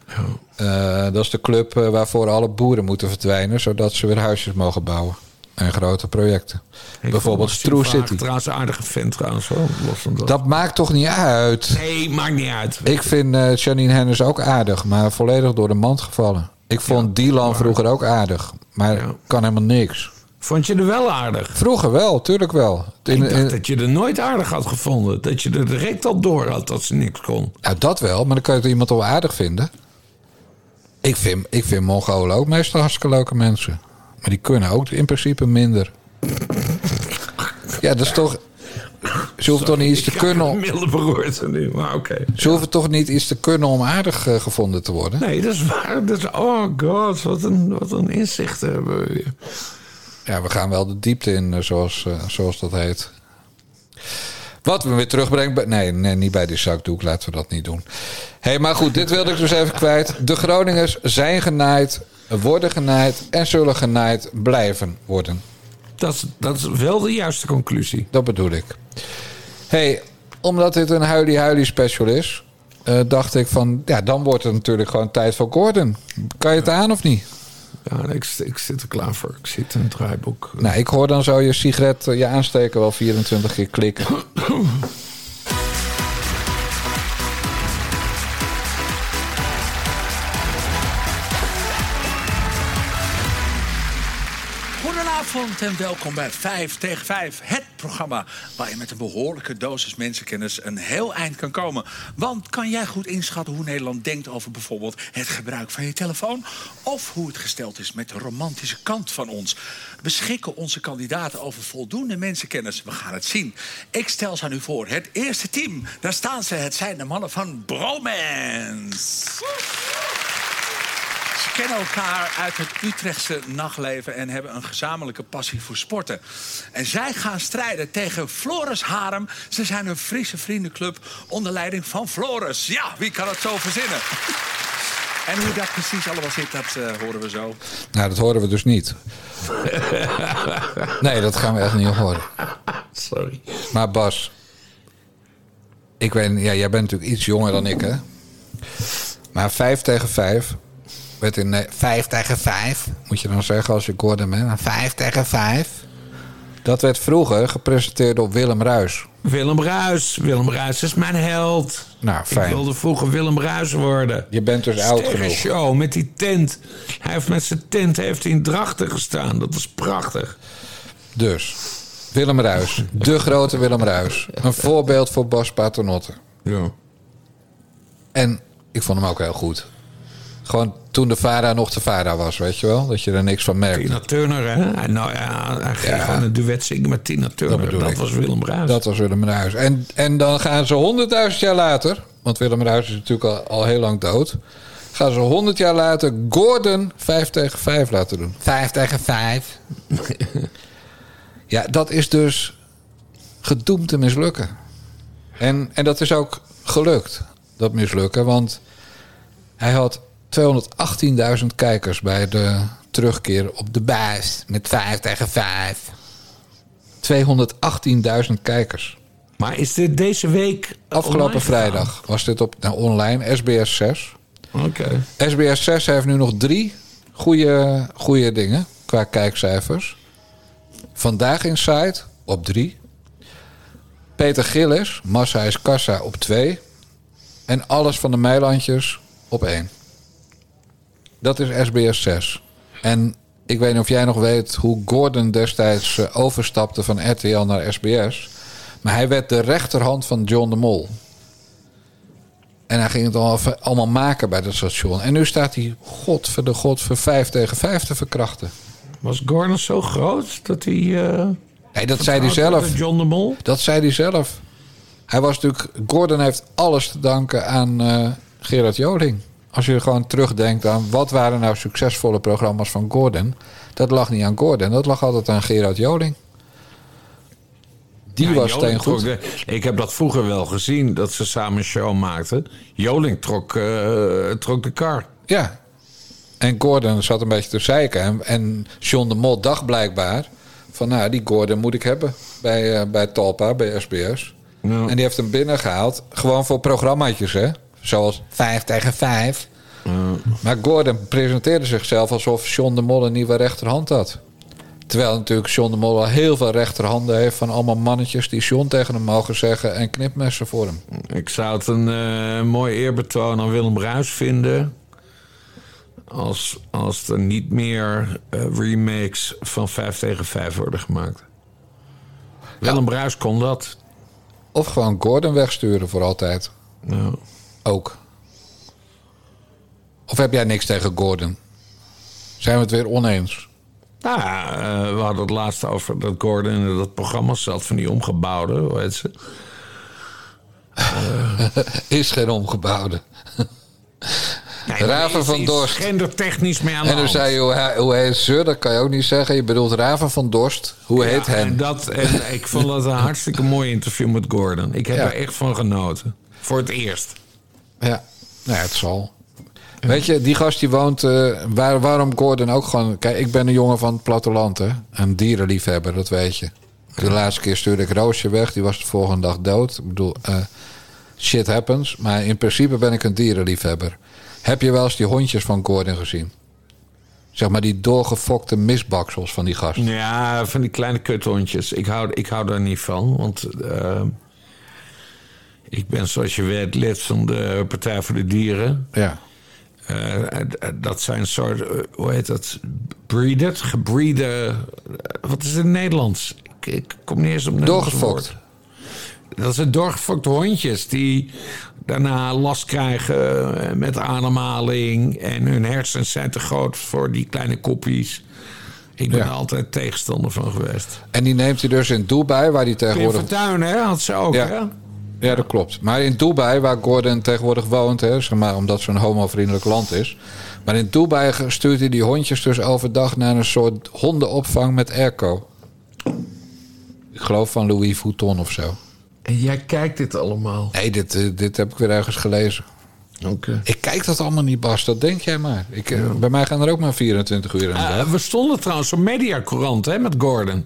Ja. Dat is de club waarvoor alle boeren moeten verdwijnen... zodat ze weer huisjes mogen bouwen. En grote projecten. Bijvoorbeeld True City. Trouwens een aardige vent trouwens. Dat maakt toch niet uit? Nee, maakt niet uit. Ik vind Janine Hennis ook aardig, maar volledig door de mand gevallen. Ik vond Dylan vroeger ook aardig. Maar kan helemaal niks. Vond je er wel aardig? Vroeger wel, tuurlijk wel. Ik dacht dat je er nooit aardig had gevonden. Dat je er direct al door had dat ze niks kon. Ja, dat wel, maar dan kan je toch iemand wel aardig vinden. Ik vind Mongolen ook meestal hartstikke leuke mensen. Maar die kunnen ook in principe minder. Ja, dat is toch... Ze hoeven toch niet iets te kunnen om... Milde beroerte nu, maar oké. Ze hoeven toch niet iets te kunnen om aardig gevonden te worden? Nee, dat is waar. Oh god, wat een inzicht hebben we weer. Ja, we gaan wel de diepte in, zoals dat heet. Wat we weer terugbrengen... Nee, niet bij die zakdoek. Laten we dat niet doen. Maar goed, dit wilde ik dus even kwijt. De Groningers zijn genaaid, worden genaaid en zullen genaaid blijven worden. Dat is wel de juiste conclusie. Dat bedoel ik. Omdat dit een huilie special is... dacht ik van... Ja, dan wordt het natuurlijk gewoon tijd voor Gordon. Kan je het aan of niet? Ja, ik zit er klaar voor. Ik zit in het draaiboek. Nou, ik hoor dan zo je sigaret, je aansteken wel 24 keer klikken. Goedenavond en welkom bij 5 tegen 5. Het programma waar je met een behoorlijke dosis mensenkennis een heel eind kan komen. Want kan jij goed inschatten hoe Nederland denkt over bijvoorbeeld het gebruik van je telefoon? Of hoe het gesteld is met de romantische kant van ons? Beschikken onze kandidaten over voldoende mensenkennis? We gaan het zien. Ik stel ze aan u voor. Het eerste team, daar staan ze. Het zijn de mannen van Bromance. Ze kennen elkaar uit het Utrechtse nachtleven en hebben een gezamenlijke passie voor sporten. En zij gaan strijden tegen Floris Harem. Ze zijn een Friese vriendenclub onder leiding van Floris. Ja, wie kan het zo verzinnen? En hoe dat precies allemaal zit, dat horen we zo. Nou, dat horen we dus niet. Nee, dat gaan we echt niet horen. Sorry. Maar Bas, ik weet, ja, jij bent natuurlijk iets jonger dan ik, hè? Maar 5 tegen 5... werd in 5 tegen 5, moet je dan zeggen als je Gordon bent. 5 tegen 5. Dat werd vroeger gepresenteerd door Willem Ruijs. Willem Ruijs is mijn held. Nou, fijn. Ik wilde vroeger Willem Ruijs worden. Je bent dus oud genoeg. Show met die tent. Hij heeft met zijn tent in Drachten gestaan. Dat was prachtig. Dus, Willem Ruijs. De grote Willem Ruijs. Een voorbeeld voor Bas Paternotte. Ja. En ik vond hem ook heel goed. Gewoon toen de VARA nog de VARA was, weet je wel? Dat je er niks van merkte. Tina Turner, hè? Hij ging gewoon een duet zingen met Tina Turner. Dat was Willem Ruijs. Dat was Willem Ruijs. En dan gaan ze 100.000 jaar later... want Willem Ruijs is natuurlijk al heel lang dood... gaan ze 100 jaar later Gordon 5 tegen 5 laten doen. 5 tegen 5. Ja, dat is dus gedoemd te mislukken. En dat is ook gelukt, dat mislukken. Want hij had 218.000 kijkers bij de terugkeer op de buis met 5 tegen 5. 218.000 kijkers. Maar is dit deze week afgelopen vrijdag was dit op online, SBS 6. Oké. SBS 6 heeft nu nog 3 goede dingen qua kijkcijfers. Vandaag Inside op 3. Peter Gillis, Massa is Kassa op 2. En Alles van de Meilandjes op 1. Dat is SBS 6. En ik weet niet of jij nog weet hoe Gordon destijds overstapte van RTL naar SBS. Maar hij werd de rechterhand van John de Mol. En hij ging het allemaal maken bij dat station. En nu staat hij, god voor 5 tegen 5 te verkrachten. Was Gordon zo groot dat hij... nee, dat zei hij zelf. John de Mol? Dat zei hij zelf. Hij was natuurlijk... Gordon heeft alles te danken aan Gerard Joling. Als je gewoon terugdenkt aan wat waren nou succesvolle programma's van Gordon. Dat lag niet aan Gordon. Dat lag altijd aan Gerard Joling. Die was steengoed. Ik heb dat vroeger wel gezien, dat ze samen een show maakten. Joling trok de kar. Ja. En Gordon zat een beetje te zeiken. En John de Mol dacht blijkbaar van, nou, die Gordon moet ik hebben bij Talpa, bij SBS. Ja. En die heeft hem binnengehaald. Gewoon voor programmaatjes, hè. Zoals 5 tegen 5. Maar Gordon presenteerde zichzelf alsof John de Mol een nieuwe rechterhand had. Terwijl natuurlijk John de Mol al heel veel rechterhanden heeft van allemaal mannetjes die John tegen hem mogen zeggen en knipmessen voor hem. Ik zou het een mooi eerbetoon aan Willem Ruijs vinden als er niet meer remakes van 5 tegen 5 worden gemaakt. Willem Bruijs kon dat. Of gewoon Gordon wegsturen voor altijd. Ja. Ook. Of heb jij niks tegen Gordon? Zijn we het weer oneens? Nou ja, we hadden het laatst over dat Gordon in dat programma zat van die omgebouwde, hoe heet ze? Is geen omgebouwde. Nee, Raven van Dorst. Gendertechnisch mee aan de En dan hand. zei je, hoe heet ze? Dat kan je ook niet zeggen. Je bedoelt Raven van Dorst. Hoe heet hen? En ik vond dat een hartstikke mooi interview met Gordon. Ik heb er echt van genoten. Voor het eerst. Ja, nou ja, het zal. Weet je, die gast die woont... waarom Gordon ook gewoon... Kijk, ik ben een jongen van het platteland, hè. Een dierenliefhebber, dat weet je. De laatste keer stuurde ik Roosje weg. Die was de volgende dag dood. Ik bedoel, shit happens. Maar in principe ben ik een dierenliefhebber. Heb je wel eens die hondjes van Gordon gezien? Zeg maar die doorgefokte misbaksels van die gast. Ja, van die kleine kuthondjes. Ik hou daar niet van, want... ik ben, zoals je weet, lid van de Partij voor de Dieren. Ja. Dat zijn soort, hoe heet dat? Gebreede. Wat is het in het Nederlands? Ik kom niet eens op het Nederlands woord. Dat zijn doorgefokte hondjes die daarna last krijgen met ademhaling. En hun hersens zijn te groot voor die kleine koppies. Ik ben er altijd tegenstander van geweest. En die neemt hij dus in Dubai, waar hij tegenwoordig... Pim Fortuyn, hè? Had ze ook, hè? Ja, dat klopt. Maar in Dubai, waar Gordon tegenwoordig woont... Hè, zeg maar, omdat het zo'n homo-vriendelijk land is... maar in Dubai stuurt hij die hondjes dus overdag... naar een soort hondenopvang met airco. Ik geloof van Louis Vuitton of zo. En jij kijkt dit allemaal? Nee, dit heb ik weer ergens gelezen. Okay. Ik kijk dat allemaal niet, Bas. Dat denk jij maar. Bij mij gaan er ook maar 24 uur in de dag. We stonden trouwens op Mediacourant, hè, met Gordon.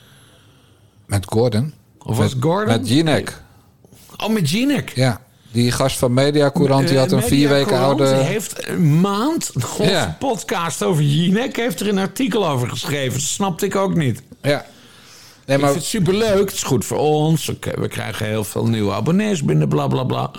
Met Gordon? Of was Gordon? Met Jinek. Oh, met Jinek? Ja. Die gast van Mediacourant, die had een 4 weken oude... Die heeft een maand een podcast over Jinek... heeft er een artikel over geschreven. Dat snapte ik ook niet. Ja. Nee, maar... Ik vind het superleuk. Het is goed voor ons. We krijgen heel veel nieuwe abonnees binnen, bla bla bla.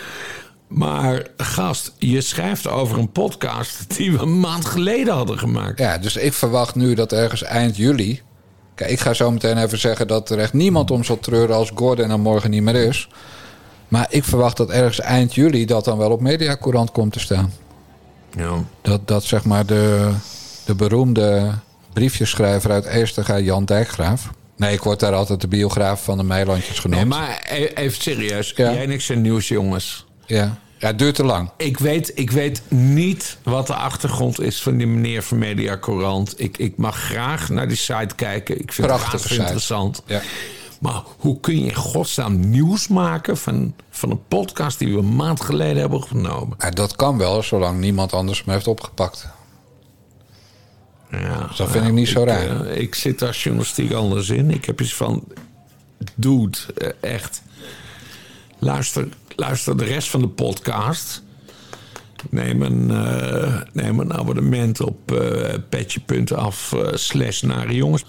Maar gast, je schrijft over een podcast... die we een maand geleden hadden gemaakt. Ja, dus ik verwacht nu dat ergens eind juli... Kijk, ik ga zo meteen even zeggen dat er echt niemand om zal treuren... als Gordon er morgen niet meer is... Maar ik verwacht dat ergens eind juli dat dan wel op Mediacourant komt te staan. Ja. Dat zeg maar de beroemde briefjeschrijver uit Eestega, Jan Dijkgraaf. Nee, ik word daar altijd de biograaf van de Meilandjes genoemd. Nee, maar even serieus. Jij en ik zijn nieuwsjongens. Ja. Ja, het duurt te lang. Ik weet niet wat de achtergrond is van die meneer van Mediacourant. Ik mag graag naar die site kijken. Ik vind Prachtige het interessant. Ja. Maar hoe kun je in godsnaam nieuws maken van een podcast die we een maand geleden hebben genomen? Ja, dat kan wel, zolang niemand anders me heeft opgepakt. Ja, dus dat vind ik niet zo raar. Ik zit daar journalistiek anders in. Ik heb iets van... Dude, echt. Luister de rest van de podcast. Neem een abonnement op petje.af/nare jongens.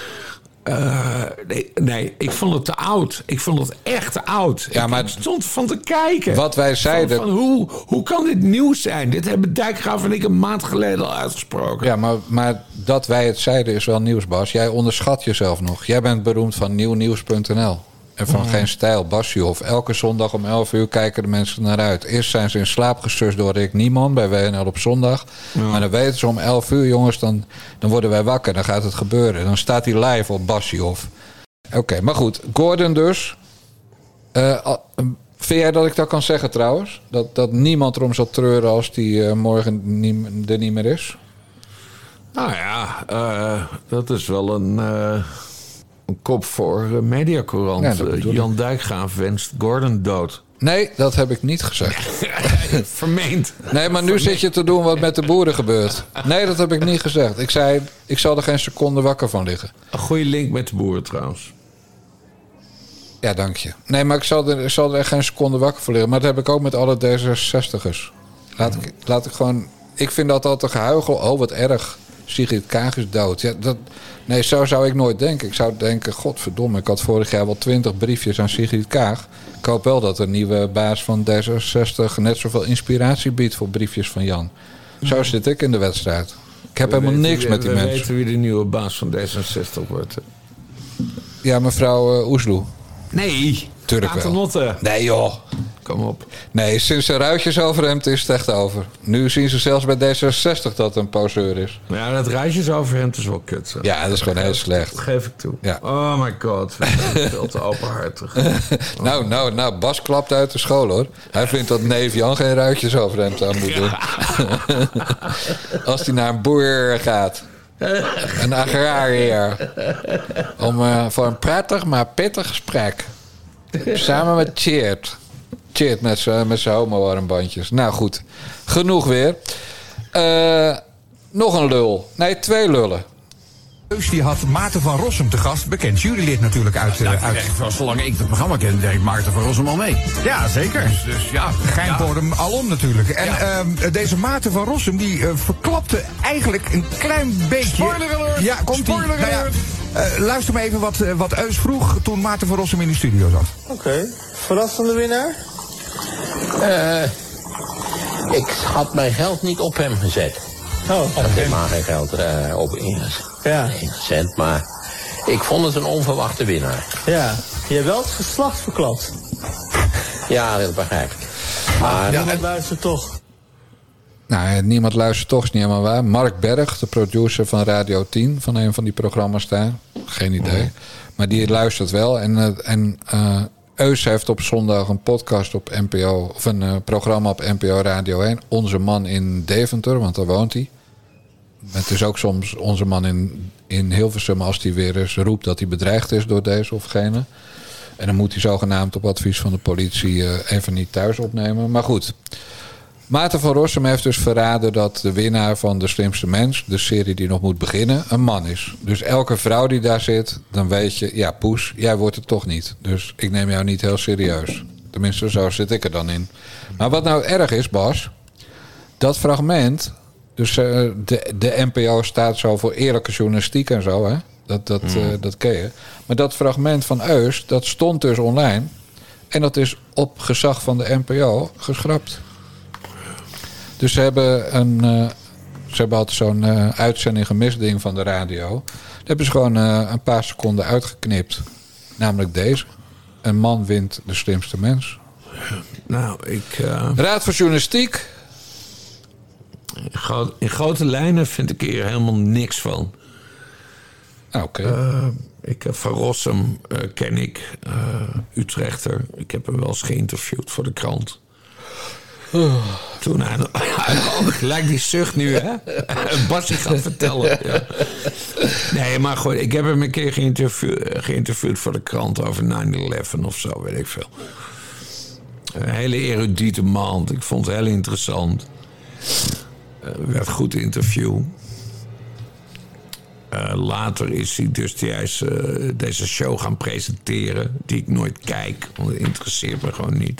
Nee, ik vond het te oud. Ik vond het echt te oud. Ja, maar ik stond van te kijken. Wat wij zeiden... Van hoe kan dit nieuws zijn? Dit hebben Dijkgraaf en ik een maand geleden al uitgesproken. Ja, maar dat wij het zeiden is wel nieuws, Bas. Jij onderschat jezelf nog. Jij bent beroemd van nieuwnieuws.nl. En van Geen Stijl, Basjehoff. Elke zondag om 11 uur kijken de mensen naar uit. Eerst zijn ze in slaap gesust door Rick Nieman bij WNL op zondag. Ja. Maar dan weten ze om 11 uur, jongens, dan worden wij wakker. Dan gaat het gebeuren. Dan staat hij live op Basjehoff. Oké, maar goed. Gordon dus. Vind jij dat ik dat kan zeggen trouwens? Dat niemand erom zal treuren als die morgen er niet meer is? Nou ja, dat is wel een kop voor Mediacourant. Ja, Jan Dijkgraaf wenst Gordon dood. Nee, dat heb ik niet gezegd. Vermeend. Nee, maar nu zit je te doen wat met de boeren gebeurt. Nee, dat heb ik niet gezegd. Ik zei, ik zal er geen seconde wakker van liggen. Een goede link met de boeren trouwens. Ja, dank je. Nee, maar ik zal er echt geen seconde wakker van liggen. Maar dat heb ik ook met alle D66'ers. Laat ik gewoon... Ik vind dat altijd een gehuichel. Oh, wat erg. Sigrid Kaag is dood. Ja, nee, zo zou ik nooit denken. Ik zou denken, godverdomme, ik had vorig jaar wel 20 briefjes aan Sigrid Kaag. Ik hoop wel dat de nieuwe baas van D66 net zoveel inspiratie biedt voor briefjes van Jan. Zo zit ik in de wedstrijd. Ik heb helemaal niks met die mensen. We weten wie de nieuwe baas van D66 wordt. Ja, mevrouw Oesloe. Nee, Tuurlijk wel. Paternotte. Nee joh. Kom op. Nee, sinds de ruitjesoverhemd is het echt over. Nu zien ze zelfs bij D66 dat het een poseur is. Ja, dat ruitjesoverhemd is wel kut. Zo. Ja, dat is gewoon heel slecht. Dat geef ik toe. Ja. Oh my god, veel te openhartig. Nou, Bas klapt uit de school hoor. Hij vindt dat neef Jan geen ruitjesoverhemd aan moet doen. Als hij naar een boer gaat. Een agrariër. Voor een prettig maar pittig gesprek. Samen met Tjeerd. Tjeerd met zijn homo-armbandjes. Nou goed, genoeg weer. Nog een lul. Nee, 2 lullen. Die had Maarten van Rossum te gast. Bekend jurylid natuurlijk uit... Zolang ik het programma ken, werkt Maarten van Rossum al mee. Ja, zeker. Dus ja. Geinbodem alom natuurlijk. En deze Maarten van Rossum die verklapte eigenlijk een klein beetje... Spoiler alert! Ja, komt-ie. Spoiler alert! Luister maar even wat Eus vroeg toen Maarten van Rossum in de studio zat. Oké. Verrassende winnaar? Ik had mijn geld niet op hem gezet. Oh, ik had helemaal geen geld op ingezet, maar ik vond het een onverwachte winnaar. Ja, je hebt wel het geslacht verklapt. Ja, dat begrijp ik. Maar niemand luistert toch. Nou, niemand luistert toch, is niet helemaal waar. Mark Berg, de producer van Radio 10, van een van die programma's daar. Geen idee. Maar die luistert wel. En Eus heeft op zondag een podcast op NPO... of een programma op NPO Radio 1. Onze man in Deventer, want daar woont hij. Het is ook soms onze man in Hilversum... als hij weer eens roept dat hij bedreigd is door deze of gene. En dan moet hij zogenaamd op advies van de politie... even niet thuis opnemen. Maar goed... Maarten van Rossum heeft dus verraden dat de winnaar van De Slimste Mens... de serie die nog moet beginnen, een man is. Dus elke vrouw die daar zit, dan weet je... ja, poes, jij wordt het toch niet. Dus ik neem jou niet heel serieus. Tenminste, zo zit ik er dan in. Maar wat nou erg is, Bas... dat fragment... dus de NPO staat zo voor eerlijke journalistiek en zo, hè? Dat ken je. Maar dat fragment van Eus, dat stond dus online... en dat is op gezag van de NPO geschrapt. Dus ze hebben altijd zo'n uitzending gemist ding van de radio. Daar hebben ze gewoon een paar seconden uitgeknipt. Namelijk deze. Een man wint De Slimste Mens. Nou, Raad voor Journalistiek. In grote lijnen vind ik hier helemaal niks van. Oké. Van Rossum ken ik. Utrechter. Ik heb hem wel eens geïnterviewd voor de krant. Toen hij gelijk die zucht nu, hè? Basje gaat vertellen. Ja. Nee, maar goed, ik heb hem een keer geïnterviewd voor de krant over 9/11 of zo, weet ik veel. Een hele erudite man. Ik vond het heel interessant. Werd een goed interview. Later is hij dus deze show gaan presenteren, die ik nooit kijk, want het interesseert me gewoon niet.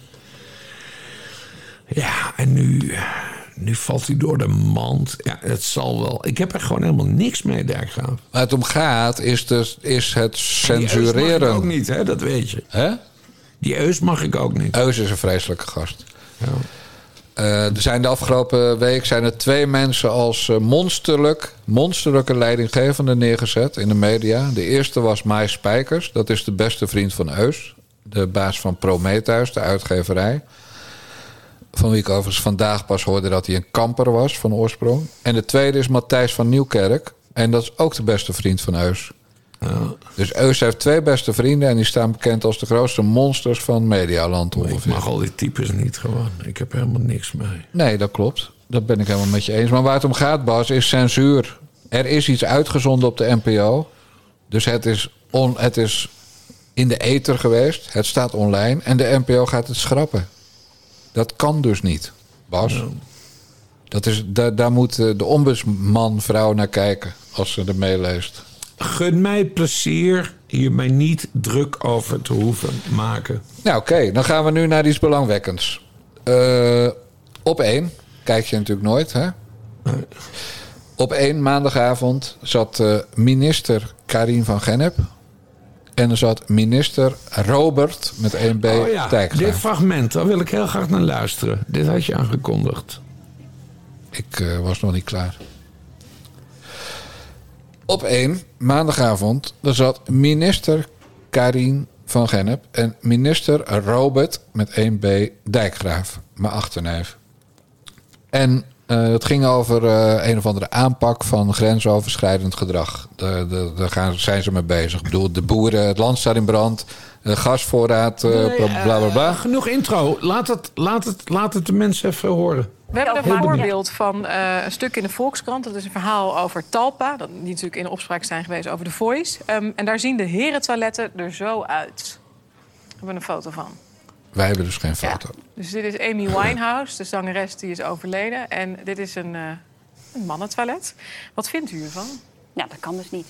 Ja, en nu valt hij door de mand. Ja, het zal wel. Ik heb er gewoon helemaal niks mee, Dijkgraaf. Waar het om gaat is het censureren. Die Eus mag ik ook niet, hè? Dat weet je. Hè? Die Eus mag ik ook niet. Eus is een vreselijke gast. Ja. Er zijn de afgelopen week 2 mensen als monsterlijke leidinggevende neergezet in de media. De eerste was Mai Spijkers. Dat is de beste vriend van Eus. De baas van Prometheus, de uitgeverij. Van wie ik overigens vandaag pas hoorde dat hij een kamper was van oorsprong. En de tweede is Matthijs van Nieuwkerk. En dat is ook de beste vriend van Eus. Ja. Dus Eus heeft 2 beste vrienden... en die staan bekend als de grootste monsters van Medialand ongeveer. Ik mag al die types niet gewoon. Ik heb helemaal niks mee. Nee, dat klopt. Dat ben ik helemaal met je eens. Maar waar het om gaat, Bas, is censuur. Er is iets uitgezonden op de NPO. Dus het is in de ether geweest. Het staat online. En de NPO gaat het schrappen. Dat kan dus niet, Bas. Ja. Daar moet de ombudsman vrouw naar kijken als ze er meeleest. Gun mij plezier hier mij niet druk over te hoeven maken. Nou, oké. Dan gaan we nu naar iets belangwekkends. Op 1, kijk je natuurlijk nooit, hè? Nee. Op 1 maandagavond zat minister Karin van Gennep... en er zat minister Robert met 1B Dijkgraaf. Dit fragment, daar wil ik heel graag naar luisteren. Dit had je aangekondigd. Ik was nog niet klaar. Op 1, maandagavond, er zat minister Karin van Gennep en minister Robert met 1B Dijkgraaf, mijn achterneef. En het ging over een of andere aanpak van grensoverschrijdend gedrag. Daar zijn ze mee bezig. Ik bedoel, de boeren, het land staat in brand, de gasvoorraad, bla bla bla. Genoeg intro. Laat het de mensen even horen. We hebben een voorbeeld van een stuk in de Volkskrant. Dat is een verhaal over Talpa. Die natuurlijk in opspraak zijn geweest over The Voice. En daar zien de herentoiletten er zo uit. Daar hebben we een foto van. Wij hebben dus geen foto. Ja. Dus dit is Amy Winehouse, de zangeres die is overleden. En dit is een mannentoilet. Wat vindt u ervan? Ja, dat kan dus niet.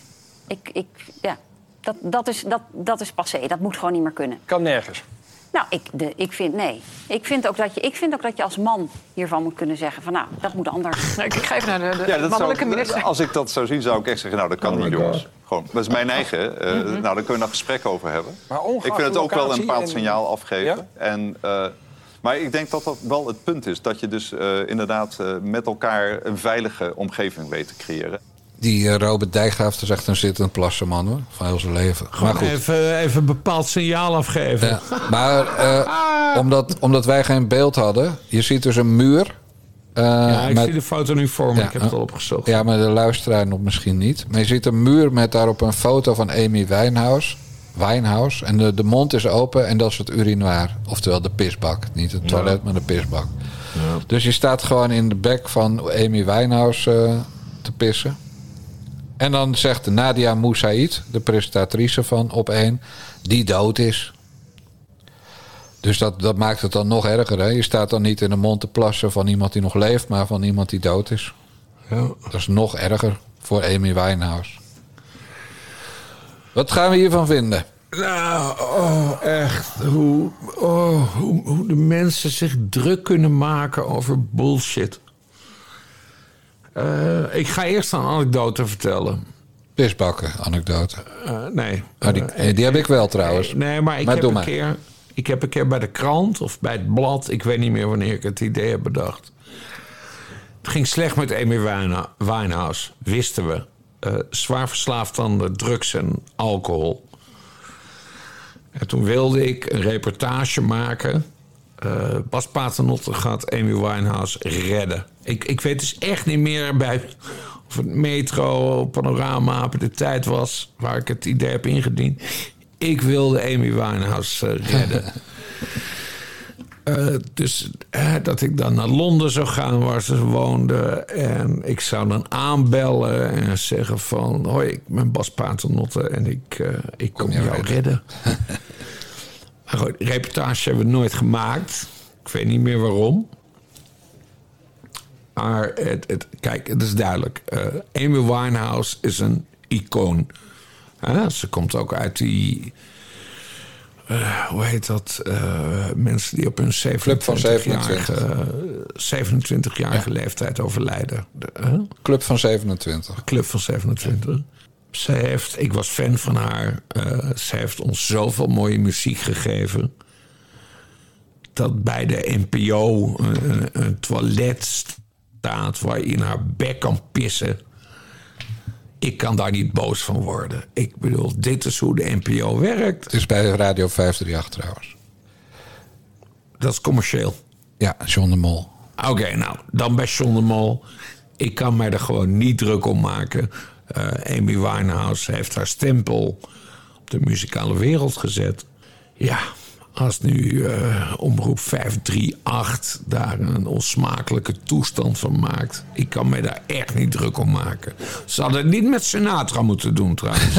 Dat is passé. Dat moet gewoon niet meer kunnen. Kan nergens. Nou, ik vind ook dat je als man hiervan moet kunnen zeggen van nou, dat moet anders. Nou, ik ga even naar de mannelijke minister. Als ik dat zou zien, zou ik echt zeggen, nou, dat kan niet, jongens. Gewoon, dat is mijn eigen. Nou, daar kunnen we nog gesprek over hebben. Ik vind het ook wel een bepaald signaal afgeven. Ja? Maar ik denk dat dat wel het punt is. Dat je dus inderdaad met elkaar een veilige omgeving weet te creëren. Die Robert Dijkgraaf is echt een zittend plassenman, hoor. Van heel zijn leven. Maar goed. Even een bepaald signaal afgeven. Ja, maar omdat wij geen beeld hadden. Je ziet dus een muur. Ik zie de foto nu voor me. Ik heb het al opgezocht. Ja, maar de luisteraar nog misschien niet. Maar je ziet een muur met daarop een foto van Amy Winehouse. En de mond is open en dat is het urinoir. Oftewel de pisbak. Niet het toilet, maar de pisbak. Ja. Dus je staat gewoon in de bek van Amy Winehouse te pissen. En dan zegt Nadia Moussaïd, de presentatrice van Op 1, die dood is. Dus dat maakt het dan nog erger. Hè? Je staat dan niet in de mond te plassen van iemand die nog leeft, maar van iemand die dood is. Ja. Dat is nog erger voor Amy Winehouse. Wat gaan we hiervan vinden? Nou, echt. Hoe de mensen zich druk kunnen maken over bullshit. Ik ga eerst een anekdote vertellen. Pisbakken, anekdote. Nee. Die heb ik wel trouwens. Nee, maar ik heb een keer bij de krant of bij het blad... ik weet niet meer wanneer ik het idee heb bedacht. Het ging slecht met Amy Winehouse, wisten we. Zwaar verslaafd aan de drugs en alcohol. En toen wilde ik een reportage maken... Bas Paternotte gaat Amy Winehouse redden. Ik weet dus echt niet meer of het Metro, Panorama, de tijd was... waar ik het idee heb ingediend. Ik wilde Amy Winehouse redden. Dus dat ik dan naar Londen zou gaan waar ze woonde. En ik zou dan aanbellen en zeggen van... hoi, ik ben Bas Paternotte en ik kom jou redden. Maar goed, reportage hebben we nooit gemaakt. Ik weet niet meer waarom. Maar kijk, het is duidelijk. Amy Winehouse is een icoon. Ze komt ook uit die... hoe heet dat? Mensen die op hun 27-jarige leeftijd overlijden. Club van 27. Club van 27. Ik was fan van haar. Ze heeft ons zoveel mooie muziek gegeven. Dat bij de NPO een toilet staat waar je in haar bek kan pissen. Ik kan daar niet boos van worden. Ik bedoel, dit is hoe de NPO werkt. Het is bij Radio 538 trouwens. Dat is commercieel. Ja, John de Mol. Oké, nou, dan bij John de Mol. Ik kan mij er gewoon niet druk om maken. Amy Winehouse heeft haar stempel op de muzikale wereld gezet. Ja, als nu Omroep 538 daar een onsmakelijke toestand van maakt... ik kan mij daar echt niet druk om maken. Ze hadden het niet met Sinatra moeten doen trouwens.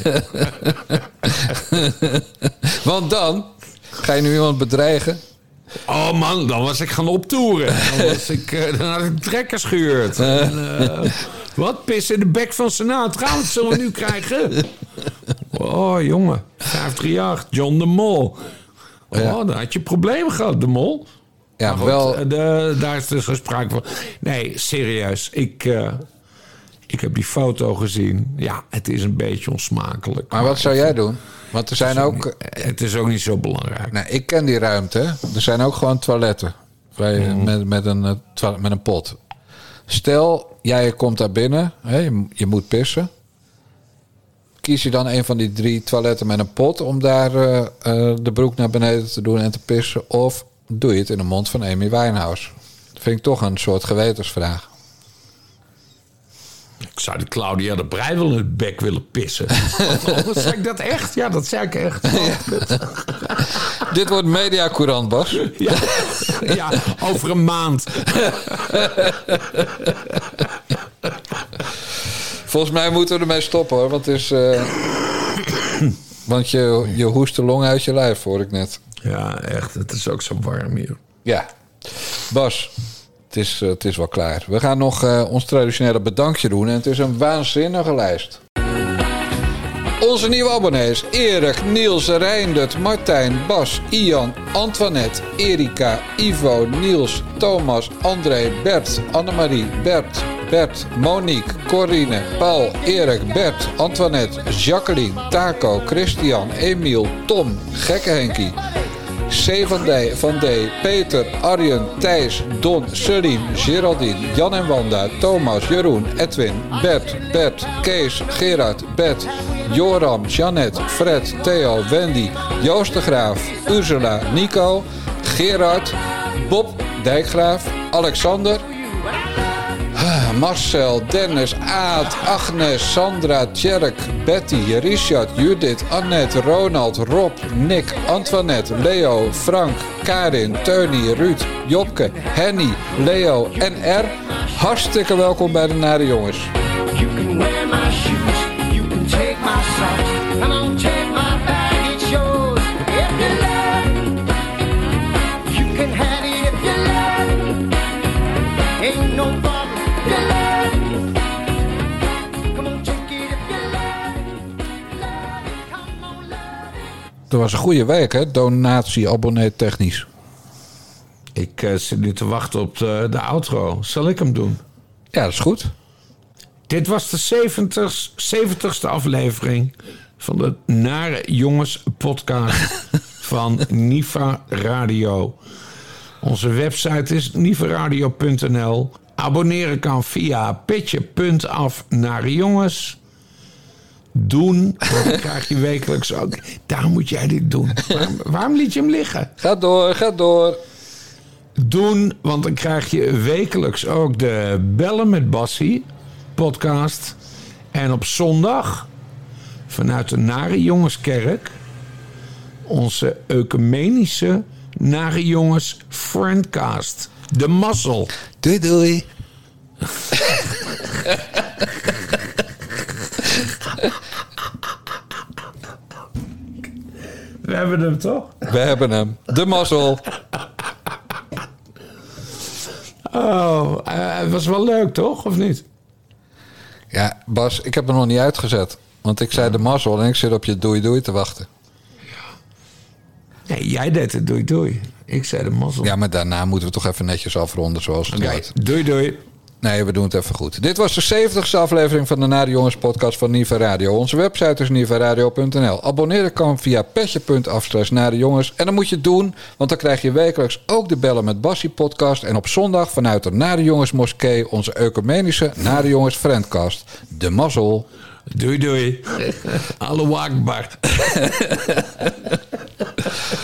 Want dan ga je nu iemand bedreigen... Oh man, dan was ik gaan optoeren. Dan had ik trekkers gehuurd. Wat? Pis in de bek van Sinatra? Wat zullen we nu krijgen? Oh, jongen. 538, John de Mol. Oh, dan had je problemen gehad, de Mol. Ja, goed, wel... daar is dus sprake van. Nee, serieus. Ik heb die foto gezien. Ja, het is een beetje onsmakelijk. Maar wat zou jij doen? Want er zijn ook... Het is ook niet zo belangrijk. Nee, ik ken die ruimte. Er zijn ook gewoon toiletten. Met een pot. Stel, jij komt daar binnen, hè, je moet pissen. Kies je dan een van die 3 toiletten met een pot om daar de broek naar beneden te doen en te pissen? Of doe je het in de mond van Amy Winehouse? Dat vind ik toch een soort gewetensvraag. Ik zou die Claudia de Breij wel in het bek willen pissen. Zeg ik dat echt? Ja, dat zei ik echt. Dit wordt Mediacourant, Bas. Ja, over een maand. Volgens mij moeten we ermee stoppen, hoor. Want, het is, want je hoest de long uit je lijf, hoor ik net. Ja, echt. Het is ook zo warm hier. Ja. Bas, het is wel klaar. We gaan nog ons traditionele bedankje doen. En het is een waanzinnige lijst. Onze nieuwe abonnees: Erik, Niels, Reindert, Martijn, Bas, Ian, Antoinette, Erika, Ivo, Niels, Thomas, André, Bert, Annemarie, Bert, Monique, Corine, Paul, Erik, Bert, Antoinette, Jacqueline, Taco, Christian, Emiel, Tom, Gekke Henkie, C. van D, Peter, Arjen, Thijs, Don, Celine, Geraldine, Jan en Wanda, Thomas, Jeroen, Edwin, Bert, Kees, Gerard, Bert, Joram, Jeannette, Fred, Theo, Wendy, Joost de Graaf, Ursula, Nico, Gerard, Bob Dijkgraaf, Alexander, Marcel, Dennis, Aad, Agnes, Sandra, Tjerk, Betty, Richard, Judith, Annette, Ronald, Rob, Nick, Antoinette, Leo, Frank, Karin, Teunie, Ruud, Jopke, Henny, Leo en R. Hartstikke welkom bij de Nare Jongens. You can wear my shoes, you can take my socks, come on, take my bag, it's yours. If you love it, you can have it if you love it. Ain't no problem. Dat was een goede week, hè? Donatie-abonnee technisch. Ik zit nu te wachten op de outro. Zal ik hem doen? Ja, dat is goed. Dit was de 70ste aflevering van de Nare Jongens podcast van Niva Radio. Onze website is nivaradio.nl. Abonneren kan via petje.af Nare Jongens. Doen, want dan krijg je wekelijks ook. Daarom moet jij dit doen. Waarom liet je hem liggen? Ga door. Doen, want dan krijg je wekelijks ook de Bellen met Bassie podcast. En op zondag, vanuit de Nare Jongenskerk, onze ecumenische Nare Jongens Friendcast. De mazzel. Doei. We hebben hem toch? We hebben hem. De mazzel. Oh, het was wel leuk, toch? Of niet? Ja, Bas, ik heb hem nog niet uitgezet. Want ik zei de mazzel en ik zit op je doei te wachten. Nee, jij deed het doei. Ik zei de mazzel. Ja, maar daarna moeten we toch even netjes afronden zoals het hoort. Doei. Nee, we doen het even goed. Dit was de 70ste aflevering van de Nare Jongens podcast van Niva Radio. Onze website is nivaradio.nl. Abonneren kan via petje.af/narejongens. En dan moet je het doen, want dan krijg je wekelijks ook de Bellen met Bassie podcast. En op zondag vanuit de Nare Jongens moskee onze ecumenische Nare Jongens Friendcast. De mazzel. Doei. Allahu Akbar.